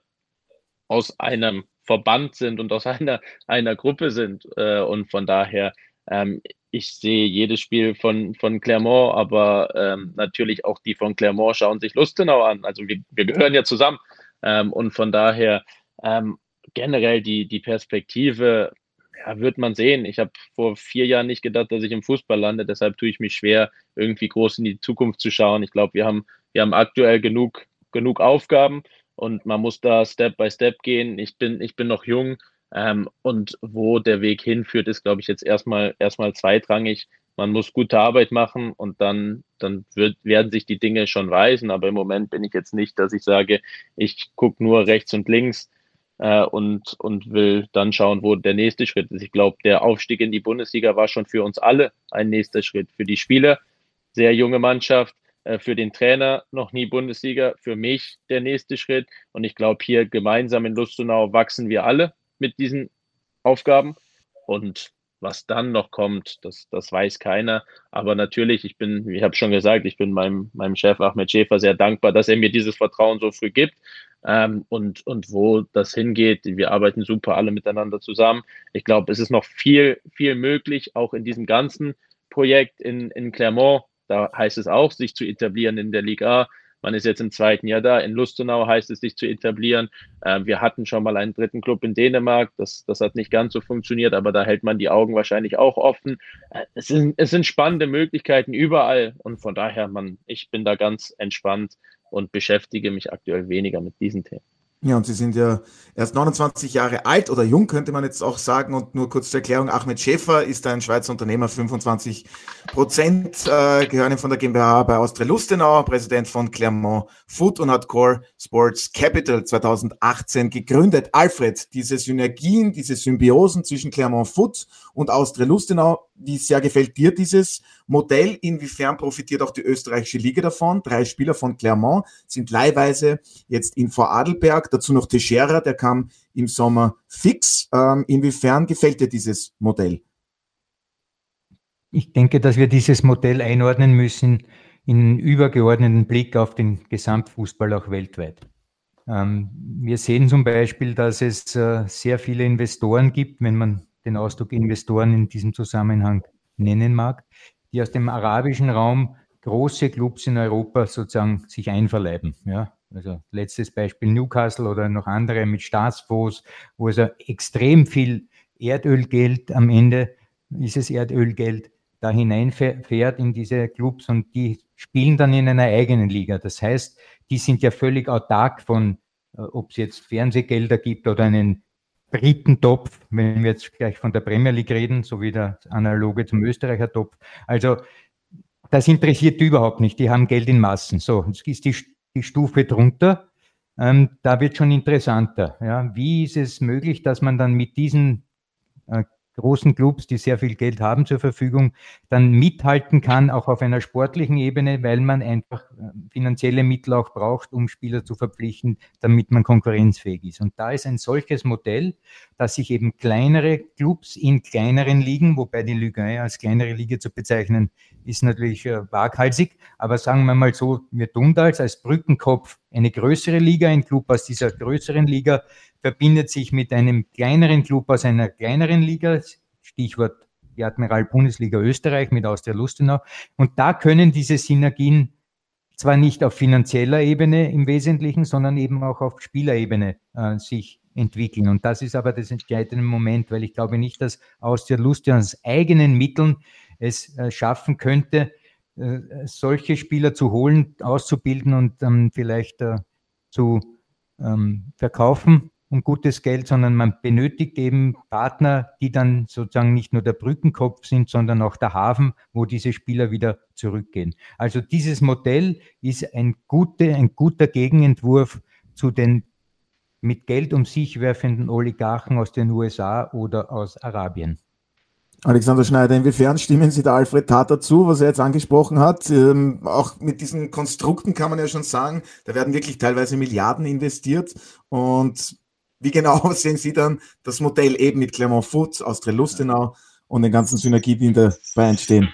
aus einem Verband sind und aus einer, einer Gruppe sind. Äh, und von daher, ähm, ich sehe jedes Spiel von, von Clermont, aber ähm, natürlich auch die von Clermont schauen sich Lustenau an. Also wir, wir gehören ja zusammen. Ähm, und von daher ähm, generell die, die Perspektive, ja, wird man sehen. Ich habe vor vier Jahren nicht gedacht, dass ich im Fußball lande. Deshalb tue ich mich schwer, irgendwie groß in die Zukunft zu schauen. Ich glaube, wir haben, wir haben aktuell genug, genug Aufgaben und man muss da Step by Step gehen. Ich bin, ich bin noch jung ähm, und wo der Weg hinführt, ist, glaube ich, jetzt erstmal, erstmal zweitrangig. Man muss gute Arbeit machen und dann, dann wird, werden sich die Dinge schon weisen. Aber im Moment bin ich jetzt nicht, dass ich sage, ich gucke nur rechts und links äh, und, und will dann schauen, wo der nächste Schritt ist. Ich glaube, der Aufstieg in die Bundesliga war schon für uns alle ein nächster Schritt. Für die Spieler, sehr junge Mannschaft, äh, für den Trainer noch nie Bundesliga, für mich der nächste Schritt. Und ich glaube, hier gemeinsam in Lustenau wachsen wir alle mit diesen Aufgaben. Und was dann noch kommt, das, das weiß keiner. Aber natürlich, ich bin, ich habe schon gesagt, ich bin meinem, meinem Chef Ahmed Schäfer sehr dankbar, dass er mir dieses Vertrauen so früh gibt. Ähm, und, und wo das hingeht, wir arbeiten super alle miteinander zusammen. Ich glaube, es ist noch viel, viel möglich, auch in diesem ganzen Projekt in, in Clermont. Da heißt es auch, sich zu etablieren in der Liga A. Man ist jetzt im zweiten Jahr da. In Lustenau heißt es, sich zu etablieren. Äh, wir hatten schon mal einen dritten Club in Dänemark. Das, das hat nicht ganz so funktioniert, aber da hält man die Augen wahrscheinlich auch offen. Äh, es sind, es sind spannende Möglichkeiten überall. Und von daher, man, ich bin da ganz entspannt und beschäftige mich aktuell weniger mit diesen Themen. Ja, und Sie sind ja erst neunundzwanzig Jahre alt oder jung, könnte man jetzt auch sagen. Und nur kurz zur Erklärung, Ahmed Schäfer ist ein Schweizer Unternehmer, fünfundzwanzig Prozent äh, gehören ihm von der GmbH bei Austria Lustenau, Präsident von Clermont Foot und hat Core Sports Capital zweitausendachtzehn gegründet. Alfred, diese Synergien, diese Symbiosen zwischen Clermont Foot und Austria Lustenau, wie sehr gefällt dir dieses Modell? Inwiefern profitiert auch die österreichische Liga davon? Drei Spieler von Clermont sind leihweise jetzt in Vorarlberg, dazu noch Teixeira, der kam im Sommer fix. Ähm, inwiefern gefällt dir dieses Modell? Ich denke, dass wir dieses Modell einordnen müssen in übergeordneten Blick auf den Gesamtfußball auch weltweit. Ähm, wir sehen zum Beispiel, dass es äh, sehr viele Investoren gibt, wenn man den Ausdruck Investoren in diesem Zusammenhang nennen mag, die aus dem arabischen Raum große Clubs in Europa sozusagen sich einverleiben. Ja? Also letztes Beispiel Newcastle oder noch andere mit Staatsfonds, wo also extrem viel Erdölgeld, am Ende ist es Erdölgeld, da hineinfährt in diese Clubs und die spielen dann in einer eigenen Liga. Das heißt, die sind ja völlig autark von, äh, ob es jetzt Fernsehgelder gibt oder einen Britentopf, wenn wir jetzt gleich von der Premier League reden, so wie der analoge zum Österreicher Topf. Also das interessiert die überhaupt nicht, die haben Geld in Massen. So, jetzt ist die, die Stufe drunter, ähm, da wird schon interessanter. Ja. Wie ist es möglich, dass man dann mit diesen äh, großen Clubs, die sehr viel Geld haben zur Verfügung, dann mithalten kann, auch auf einer sportlichen Ebene, weil man einfach finanzielle Mittel auch braucht, um Spieler zu verpflichten, damit man konkurrenzfähig ist. Und da ist ein solches Modell, dass sich eben kleinere Clubs in kleineren Ligen, wobei die Ligue eins als kleinere Liga zu bezeichnen, ist natürlich äh, waghalsig, aber sagen wir mal so, wir tun das als Brückenkopf eine größere Liga, ein Club aus dieser größeren Liga verbindet sich mit einem kleineren Club aus einer kleineren Liga, Stichwort die Admiral-Bundesliga Österreich mit Austria Lustenau. Und da können diese Synergien zwar nicht auf finanzieller Ebene im Wesentlichen, sondern eben auch auf Spielerebene äh, sich entwickeln. Und das ist aber das entscheidende Moment, weil ich glaube nicht, dass Austria Lustenau aus eigenen Mitteln es äh, schaffen könnte, äh, solche Spieler zu holen, auszubilden und ähm, vielleicht äh, zu ähm, verkaufen um gutes Geld, sondern man benötigt eben Partner, die dann sozusagen nicht nur der Brückenkopf sind, sondern auch der Hafen, wo diese Spieler wieder zurückgehen. Also dieses Modell ist ein, gute, ein guter Gegenentwurf zu den mit Geld um sich werfenden Oligarchen aus den U S A oder aus Arabien. Alexander Schneider, inwiefern stimmen Sie der Alfred Tatar zu, was er jetzt angesprochen hat? Ähm, auch mit diesen Konstrukten kann man ja schon sagen, da werden wirklich teilweise Milliarden investiert. Und wie genau sehen Sie dann das Modell eben mit Clermont Foot, Austria Lustenau und den ganzen Synergien, die dabei entstehen?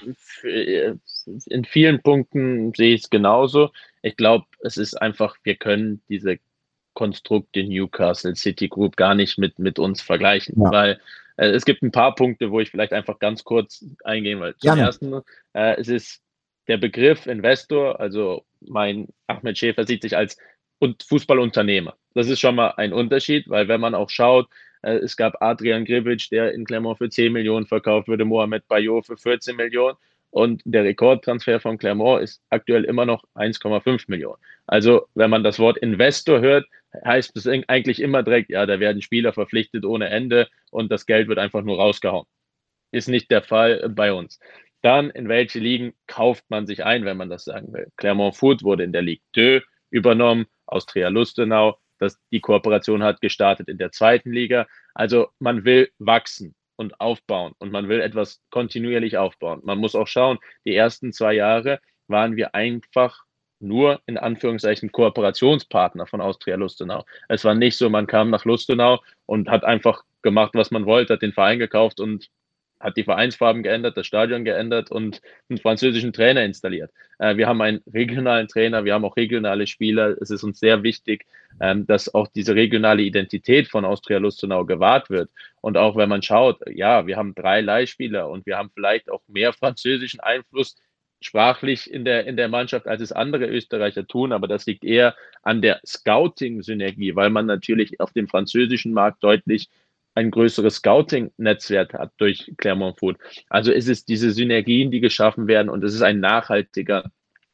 In vielen Punkten sehe ich es genauso. Ich glaube, es ist einfach, wir können diese Konstrukte Newcastle City Group gar nicht mit, mit uns vergleichen, ja. weil äh, es gibt ein paar Punkte, wo ich vielleicht einfach ganz kurz eingehen will. Zum Gerne. ersten, äh, es ist der Begriff Investor, also mein Ahmed Schäfer sieht sich als und Fußballunternehmer. Das ist schon mal ein Unterschied, weil wenn man auch schaut, äh, es gab Adrian Gribic, der in Clermont für zehn Millionen verkauft wurde, Mohamed Bayo für vierzehn Millionen und der Rekordtransfer von Clermont ist aktuell immer noch eins Komma fünf Millionen. Also wenn man das Wort Investor hört, heißt es eigentlich immer direkt, ja, da werden Spieler verpflichtet ohne Ende und das Geld wird einfach nur rausgehauen. Ist nicht der Fall bei uns. Dann, in welche Ligen kauft man sich ein, wenn man das sagen will? Clermont Foot wurde in der Ligue zwei übernommen, Austria Lustenau, das, die Kooperation hat gestartet in der zweiten Liga. Also man will wachsen und aufbauen und man will etwas kontinuierlich aufbauen. Man muss auch schauen, die ersten zwei Jahre waren wir einfach nur in Anführungszeichen Kooperationspartner von Austria Lustenau. Es war nicht so, man kam nach Lustenau und hat einfach gemacht, was man wollte, hat den Verein gekauft und hat die Vereinsfarben geändert, das Stadion geändert und einen französischen Trainer installiert. Äh, wir haben einen regionalen Trainer, wir haben auch regionale Spieler. Es ist uns sehr wichtig, ähm, dass auch diese regionale Identität von Austria Lustenau gewahrt wird. Und auch wenn man schaut, ja, wir haben drei Leihspieler und wir haben vielleicht auch mehr französischen Einfluss sprachlich in der, in der Mannschaft, als es andere Österreicher tun, aber das liegt eher an der Scouting-Synergie, weil man natürlich auf dem französischen Markt deutlich ein größeres Scouting-Netzwerk hat durch Clermont Foot. Also ist es diese Synergien, die geschaffen werden und es ist ein nachhaltiger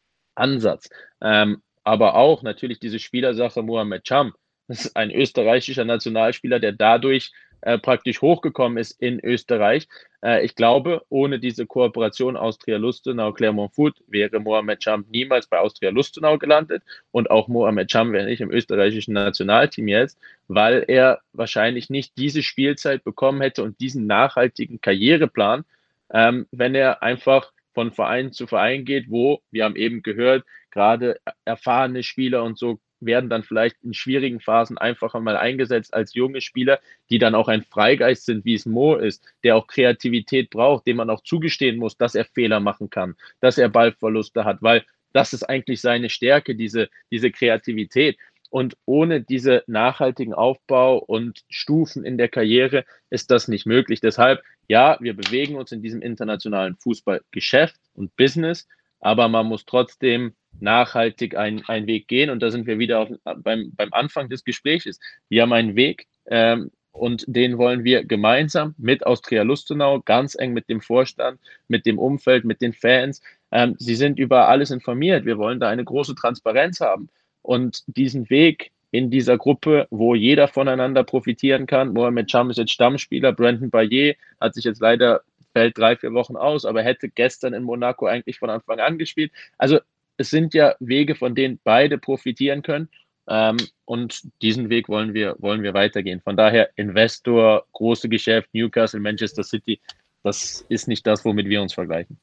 Ansatz. Ähm, aber auch natürlich diese Spielersache Mohamed Cham. Das ist ein österreichischer Nationalspieler, der dadurch äh, praktisch hochgekommen ist in Österreich. Äh, ich glaube, ohne diese Kooperation Austria Lustenau, Clermont Foot wäre Mohamed Cham niemals bei Austria Lustenau gelandet und auch Mohamed Cham wäre nicht im österreichischen Nationalteam jetzt, weil er wahrscheinlich nicht diese Spielzeit bekommen hätte und diesen nachhaltigen Karriereplan, ähm, wenn er einfach von Verein zu Verein geht, wo, wir haben eben gehört, gerade erfahrene Spieler und so werden dann vielleicht in schwierigen Phasen einfacher mal eingesetzt als junge Spieler, die dann auch ein Freigeist sind, wie es Mo ist, der auch Kreativität braucht, dem man auch zugestehen muss, dass er Fehler machen kann, dass er Ballverluste hat, weil das ist eigentlich seine Stärke, diese, diese Kreativität. Und ohne diese nachhaltigen Aufbau und Stufen in der Karriere ist das nicht möglich. Deshalb, ja, wir bewegen uns in diesem internationalen Fußballgeschäft und Business, aber man muss trotzdem nachhaltig einen, einen Weg gehen. Und da sind wir wieder auf, beim, beim Anfang des Gesprächs. Wir haben einen Weg ähm, und den wollen wir gemeinsam mit Austria Lustenau, ganz eng mit dem Vorstand, mit dem Umfeld, mit den Fans. Ähm, sie sind über alles informiert. Wir wollen da eine große Transparenz haben. Und diesen Weg in dieser Gruppe, wo jeder voneinander profitieren kann. Mohamed Cham ist jetzt Stammspieler, Brandon Baillet hat sich jetzt leider, fällt drei, vier Wochen aus, aber hätte gestern in Monaco eigentlich von Anfang an gespielt. Also es sind ja Wege, von denen beide profitieren können. Ähm, und diesen Weg wollen wir, wollen wir weitergehen. Von daher Investor, große Geschäft, Newcastle, Manchester City, das ist nicht das, womit wir uns vergleichen.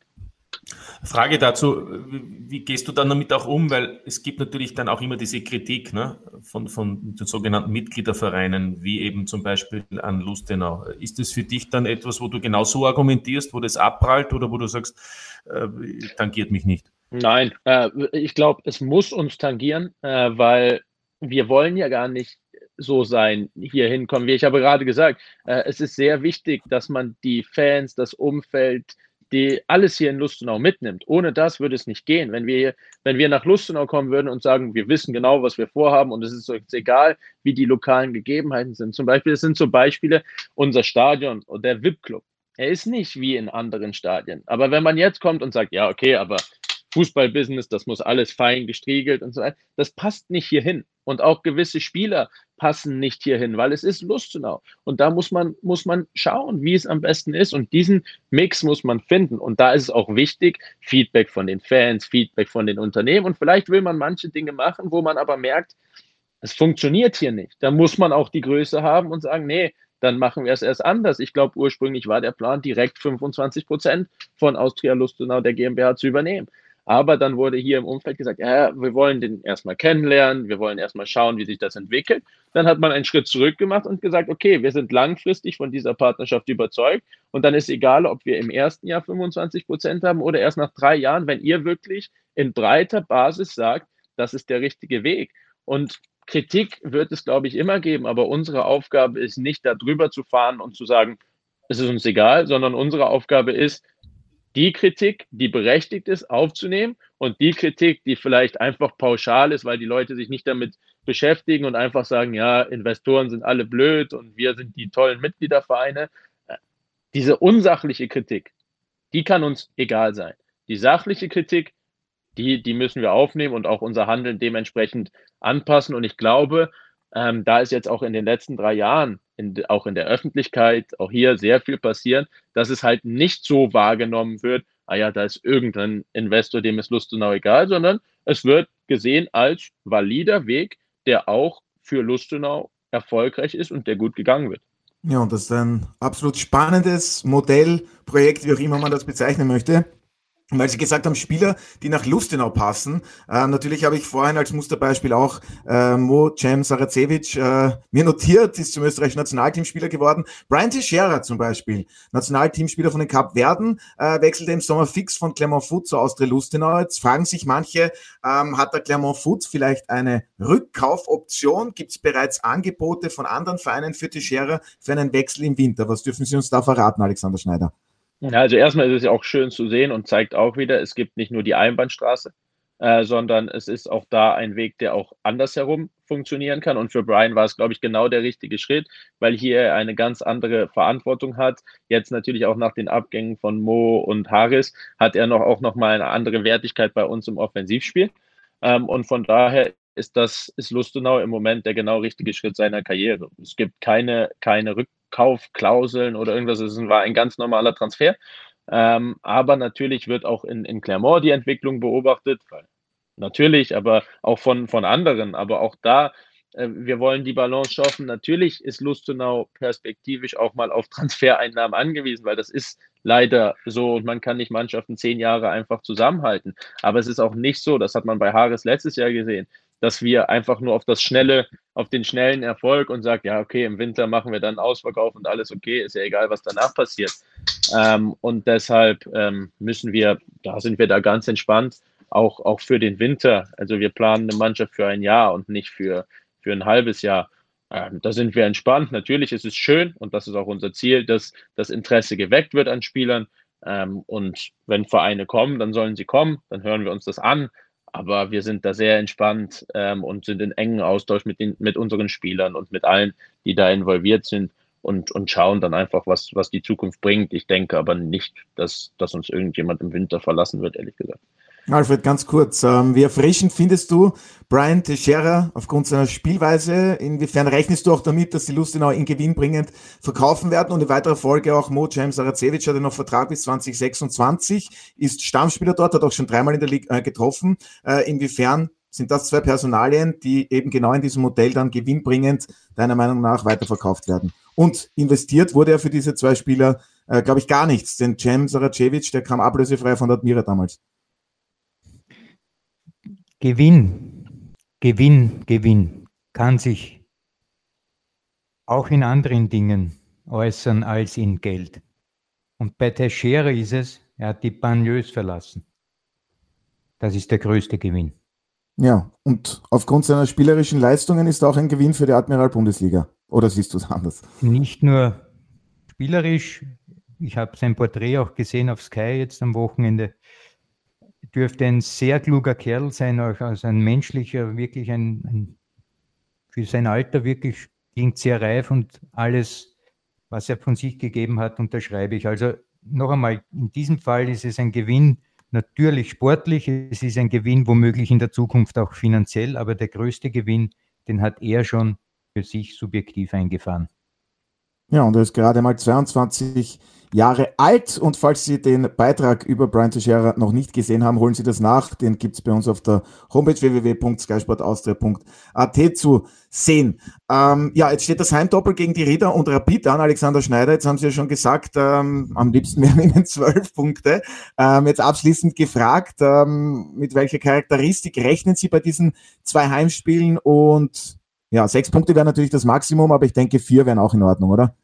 Frage dazu, wie gehst du dann damit auch um? Weil es gibt natürlich dann auch immer diese Kritik, ne, von, von den sogenannten Mitgliedervereinen, wie eben zum Beispiel an Lustenau. Ist das für dich dann etwas, wo du genau so argumentierst, wo das abprallt oder wo du sagst, äh, tangiert mich nicht? Nein, äh, ich glaube, es muss uns tangieren, äh, weil wir wollen ja gar nicht so sein, hier hinkommen. Wie ich habe gerade gesagt, äh, es ist sehr wichtig, dass man die Fans, das Umfeld, die alles hier in Lustenau mitnimmt. Ohne das würde es nicht gehen. Wenn wir, wenn wir nach Lustenau kommen würden und sagen, wir wissen genau, was wir vorhaben und es ist uns egal, wie die lokalen Gegebenheiten sind. Zum Beispiel, es sind so Beispiele, unser Stadion oder der V I P-Club. Er ist nicht wie in anderen Stadien. Aber wenn man jetzt kommt und sagt, ja, okay, aber Fußballbusiness, das muss alles fein gestriegelt und so weiter, das passt nicht hierhin. Und auch gewisse Spieler passen nicht hierhin, weil es ist Lustenau. Und da muss man, muss man schauen, wie es am besten ist. Und diesen Mix muss man finden. Und da ist es auch wichtig, Feedback von den Fans, Feedback von den Unternehmen. Und vielleicht will man manche Dinge machen, wo man aber merkt, es funktioniert hier nicht. Da muss man auch die Größe haben und sagen, nee, dann machen wir es erst anders. Ich glaube, ursprünglich war der Plan, direkt fünfundzwanzig Prozent von Austria Lustenau, der GmbH, zu übernehmen. Aber dann wurde hier im Umfeld gesagt, ja, wir wollen den erstmal kennenlernen, wir wollen erstmal schauen, wie sich das entwickelt. Dann hat man einen Schritt zurück gemacht und gesagt, okay, wir sind langfristig von dieser Partnerschaft überzeugt und dann ist egal, ob wir im ersten Jahr fünfundzwanzig Prozent haben oder erst nach drei Jahren, wenn ihr wirklich in breiter Basis sagt, das ist der richtige Weg. Und Kritik wird es, glaube ich, immer geben, aber unsere Aufgabe ist nicht, da drüber zu fahren und zu sagen, es ist uns egal, sondern unsere Aufgabe ist, die Kritik, die berechtigt ist, aufzunehmen und die Kritik, die vielleicht einfach pauschal ist, weil die Leute sich nicht damit beschäftigen und einfach sagen, ja, Investoren sind alle blöd und wir sind die tollen Mitgliedervereine. Diese unsachliche Kritik, die kann uns egal sein. Die sachliche Kritik, die, die müssen wir aufnehmen und auch unser Handeln dementsprechend anpassen. Und ich glaube, ähm, da ist jetzt auch in den letzten drei Jahren In, auch in der Öffentlichkeit, auch hier sehr viel passieren, dass es halt nicht so wahrgenommen wird, ah ja, da ist irgendein Investor, dem ist Lustenau egal, sondern es wird gesehen als valider Weg, der auch für Lustenau erfolgreich ist und der gut gegangen wird. Ja, und das ist ein absolut spannendes Modell, Projekt, wie auch immer man das bezeichnen möchte. Weil Sie gesagt haben, Spieler, die nach Lustenau passen. Äh, natürlich habe ich vorhin als Musterbeispiel auch äh, Mo Cem Saracevic äh, mir notiert, ist zum österreichischen Nationalteamspieler geworden. Brian Teixeira zum Beispiel, Nationalteamspieler von den Kapverden, äh, wechselte im Sommer fix von Clermont Foot zu Austria Lustenau. Jetzt fragen sich manche, ähm, hat der Clermont Foot vielleicht eine Rückkaufoption? Gibt es bereits Angebote von anderen Vereinen für Teixeira für einen Wechsel im Winter? Was dürfen Sie uns da verraten, Alexander Schneider? Ja, also erstmal ist es ja auch schön zu sehen und zeigt auch wieder, es gibt nicht nur die Einbahnstraße, äh, sondern es ist auch da ein Weg, der auch andersherum funktionieren kann. Und für Brian war es, glaube ich, genau der richtige Schritt, weil hier er eine ganz andere Verantwortung hat. Jetzt natürlich auch nach den Abgängen von Mo und Haris hat er noch auch noch mal eine andere Wertigkeit bei uns im Offensivspiel. Ähm, und von daher ist das ist Lustenau im Moment der genau richtige Schritt seiner Karriere. Es gibt keine, keine Rückkaufklauseln oder irgendwas. Es war ein ganz normaler Transfer. Ähm, aber natürlich wird auch in, in Clermont die Entwicklung beobachtet, weil natürlich, aber auch von, von anderen. Aber auch da, äh, wir wollen die Balance schaffen. Natürlich ist Lustenau perspektivisch auch mal auf Transfereinnahmen angewiesen, weil das ist leider so und man kann nicht Mannschaften zehn Jahre einfach zusammenhalten. Aber es ist auch nicht so, das hat man bei Haris letztes Jahr gesehen, dass wir einfach nur auf das schnelle, auf den schnellen Erfolg und sagt, ja, okay, im Winter machen wir dann Ausverkauf und alles okay, ist ja egal, was danach passiert. Ähm, und deshalb ähm, müssen wir, da sind wir da ganz entspannt, auch, auch für den Winter. Also wir planen eine Mannschaft für ein Jahr und nicht für, für ein halbes Jahr. Ähm, da sind wir entspannt. Natürlich ist es schön und das ist auch unser Ziel, dass das Interesse geweckt wird an Spielern. Ähm, und wenn Vereine kommen, dann sollen sie kommen, dann hören wir uns das an. Aber wir sind da sehr entspannt ähm, und sind in engen Austausch mit, den, mit unseren Spielern und mit allen, die da involviert sind und, und schauen dann einfach, was, was die Zukunft bringt. Ich denke aber nicht, dass, dass uns irgendjemand im Winter verlassen wird, ehrlich gesagt. Alfred, ganz kurz. Ähm, wie erfrischend findest du Brian Teixeira aufgrund seiner Spielweise? Inwiefern rechnest du auch damit, dass die Lustenau ihn gewinnbringend verkaufen werden? Und in weiterer Folge auch Mo Cem Saracevic hat ja noch Vertrag bis zwanzig sechsundzwanzig, ist Stammspieler dort, hat auch schon dreimal in der Liga äh, getroffen. Äh, inwiefern sind das zwei Personalien, die eben genau in diesem Modell dann gewinnbringend deiner Meinung nach weiterverkauft werden? Und investiert wurde ja für diese zwei Spieler, äh, glaube ich, gar nichts. Denn Cem Saracevic, der kam ablösefrei von der Admira damals. Gewinn, Gewinn, Gewinn kann sich auch in anderen Dingen äußern als in Geld. Und bei Teixeira ist es, er hat die Banlieues verlassen. Das ist der größte Gewinn. Ja, und aufgrund seiner spielerischen Leistungen ist auch ein Gewinn für die Admiral-Bundesliga. Oder siehst du es anders? Nicht nur spielerisch, ich habe sein Porträt auch gesehen auf Sky jetzt am Wochenende, dürfte ein sehr kluger Kerl sein, auch also ein menschlicher, wirklich ein, ein für sein Alter wirklich klingt sehr reif und alles, was er von sich gegeben hat, unterschreibe ich. Also noch einmal, in diesem Fall ist es ein Gewinn, natürlich sportlich, es ist ein Gewinn womöglich in der Zukunft auch finanziell, aber der größte Gewinn, den hat er schon für sich subjektiv eingefahren. Ja, und er ist gerade mal zweiundzwanzig Jahre alt und falls Sie den Beitrag über Brian Teixeira noch nicht gesehen haben, holen Sie das nach. Den gibt es bei uns auf der Homepage w w w punkt sky sport austria punkt a t zu sehen. Ähm, ja, jetzt steht das Heimdoppel gegen die Rieder und Rapid an, Alexander Schneider. Jetzt haben Sie ja schon gesagt, ähm, am liebsten wären Ihnen zwölf Punkte. Ähm, jetzt abschließend gefragt, ähm, mit welcher Charakteristik rechnen Sie bei diesen zwei Heimspielen? Und ja, sechs Punkte wären natürlich das Maximum, aber ich denke, vier wären auch in Ordnung, oder?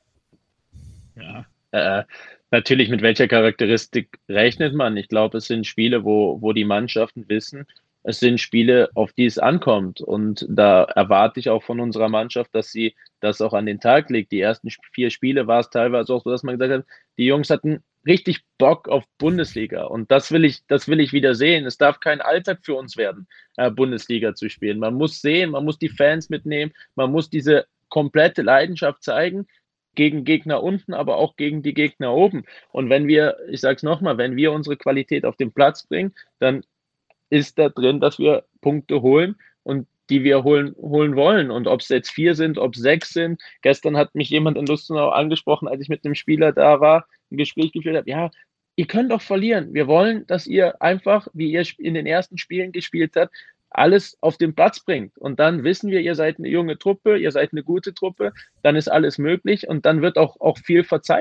Ja, äh, natürlich, mit welcher Charakteristik rechnet man? Ich glaube, es sind Spiele, wo, wo die Mannschaften wissen, es sind Spiele, auf die es ankommt. Und da erwarte ich auch von unserer Mannschaft, dass sie das auch an den Tag legt. Die ersten vier Spiele war es teilweise auch so, dass man gesagt hat, die Jungs hatten richtig Bock auf Bundesliga. Und das will ich, das will ich wieder sehen. Es darf kein Alltag für uns werden, äh, Bundesliga zu spielen. Man muss sehen, man muss die Fans mitnehmen, man muss diese komplette Leidenschaft zeigen, gegen Gegner unten, aber auch gegen die Gegner oben. Und wenn wir, ich sage es nochmal, wenn wir unsere Qualität auf den Platz bringen, dann ist da drin, dass wir Punkte holen und die wir holen, holen wollen. Und ob es jetzt vier sind, ob es sechs sind. Gestern hat mich jemand in Lustenau angesprochen, als ich mit einem Spieler da war, ein Gespräch geführt habe. Ja, ihr könnt doch verlieren. Wir wollen, dass ihr einfach, wie ihr in den ersten Spielen gespielt habt, alles auf den Platz bringt. Und dann wissen wir, ihr seid eine junge Truppe, ihr seid eine gute Truppe, dann ist alles möglich und dann wird auch, auch viel verzeiht.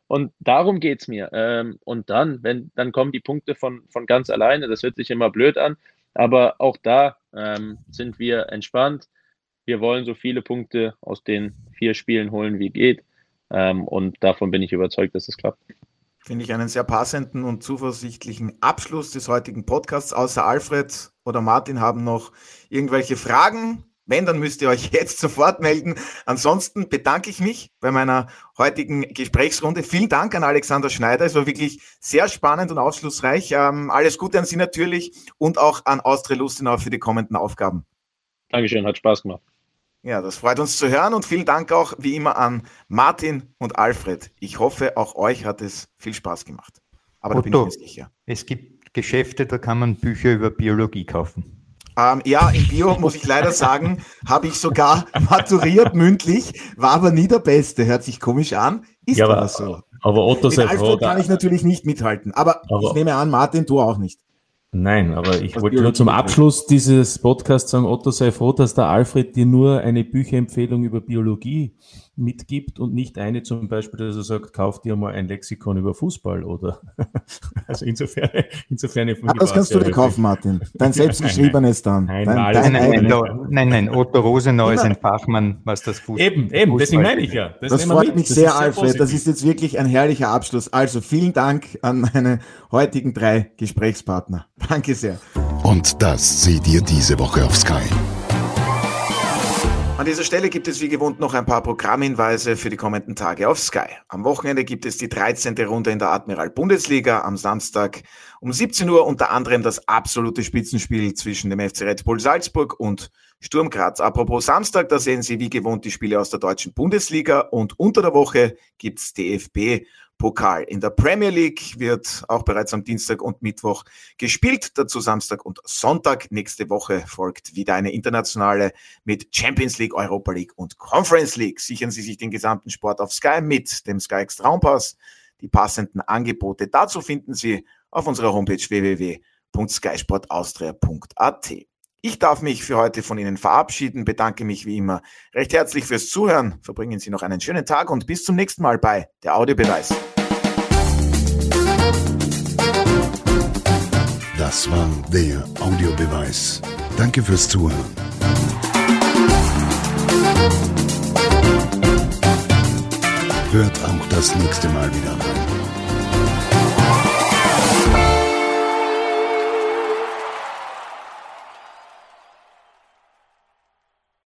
Und darum geht's mir. Ähm, und dann, wenn, dann kommen die Punkte von, von ganz alleine. Das hört sich immer blöd an, aber auch da ähm, sind wir entspannt. Wir wollen so viele Punkte aus den vier Spielen holen, wie geht. Ähm, und davon bin ich überzeugt, dass es klappt. Finde ich einen sehr passenden und zuversichtlichen Abschluss des heutigen Podcasts. Außer Alfred oder Martin haben noch irgendwelche Fragen. Wenn, dann müsst ihr euch jetzt sofort melden. Ansonsten bedanke ich mich bei meiner heutigen Gesprächsrunde. Vielen Dank an Alexander Schneider. Es war wirklich sehr spannend und aufschlussreich. Ähm, alles Gute an Sie natürlich und auch an Austria Lustenau für die kommenden Aufgaben. Dankeschön, hat Spaß gemacht. Ja, das freut uns zu hören und vielen Dank auch wie immer an Martin und Alfred. Ich hoffe, auch euch hat es viel Spaß gemacht. Aber Otto, da bin ich mir sicher. Es gibt Geschäfte, da kann man Bücher über Biologie kaufen. Ähm, ja, in Bio, muss ich leider sagen, habe ich sogar maturiert mündlich, war aber nie der Beste. Hört sich komisch an, ist ja, aber, aber so. Aber Otto Mit sei Alfred froh, kann ich natürlich nicht mithalten, aber, aber ich nehme an, Martin, du auch nicht. Nein, aber ich Was wollte nur zum Abschluss dieses Podcasts sagen, Otto, sei froh, dass der Alfred dir nur eine Bücherempfehlung über Biologie mitgibt und nicht eine zum Beispiel, dass er sagt, kauf dir mal ein Lexikon über Fußball oder also insofern, insofern ah, das kannst du dir kaufen, Martin. Dein selbstgeschriebenes dann. Nein, dein, nein, dein nein, nein, nein, nein, Otto Rosenau ist ein Fachmann, was das Fußball Eben, eben, deswegen meine ich ja. Das, das freut mich sehr, Alfred. Das ist jetzt wirklich ein herrlicher Abschluss. Also vielen Dank an meine heutigen drei Gesprächspartner. Danke sehr. Und das seht ihr diese Woche auf Sky. An dieser Stelle gibt es wie gewohnt noch ein paar Programmhinweise für die kommenden Tage auf Sky. Am Wochenende gibt es die dreizehnte Runde in der Admiral Bundesliga. Am Samstag um siebzehn Uhr unter anderem das absolute Spitzenspiel zwischen dem F C Red Bull Salzburg und Sturm Graz. Apropos Samstag, da sehen Sie wie gewohnt die Spiele aus der deutschen Bundesliga und unter der Woche gibt's D F B Pokal. In der Premier League wird auch bereits am Dienstag und Mittwoch gespielt, dazu Samstag und Sonntag. Nächste Woche folgt wieder eine internationale mit Champions League, Europa League und Conference League. Sichern Sie sich den gesamten Sport auf Sky mit dem Sky X Traumpass. Die passenden Angebote dazu finden Sie auf unserer Homepage w w w punkt sky sport austria punkt a t. Ich darf mich für heute von Ihnen verabschieden, bedanke mich wie immer recht herzlich fürs Zuhören. Verbringen Sie noch einen schönen Tag und bis zum nächsten Mal bei der Audiobeweis. Das war der Audiobeweis. Danke fürs Zuhören. Hört auch das nächste Mal wieder rein.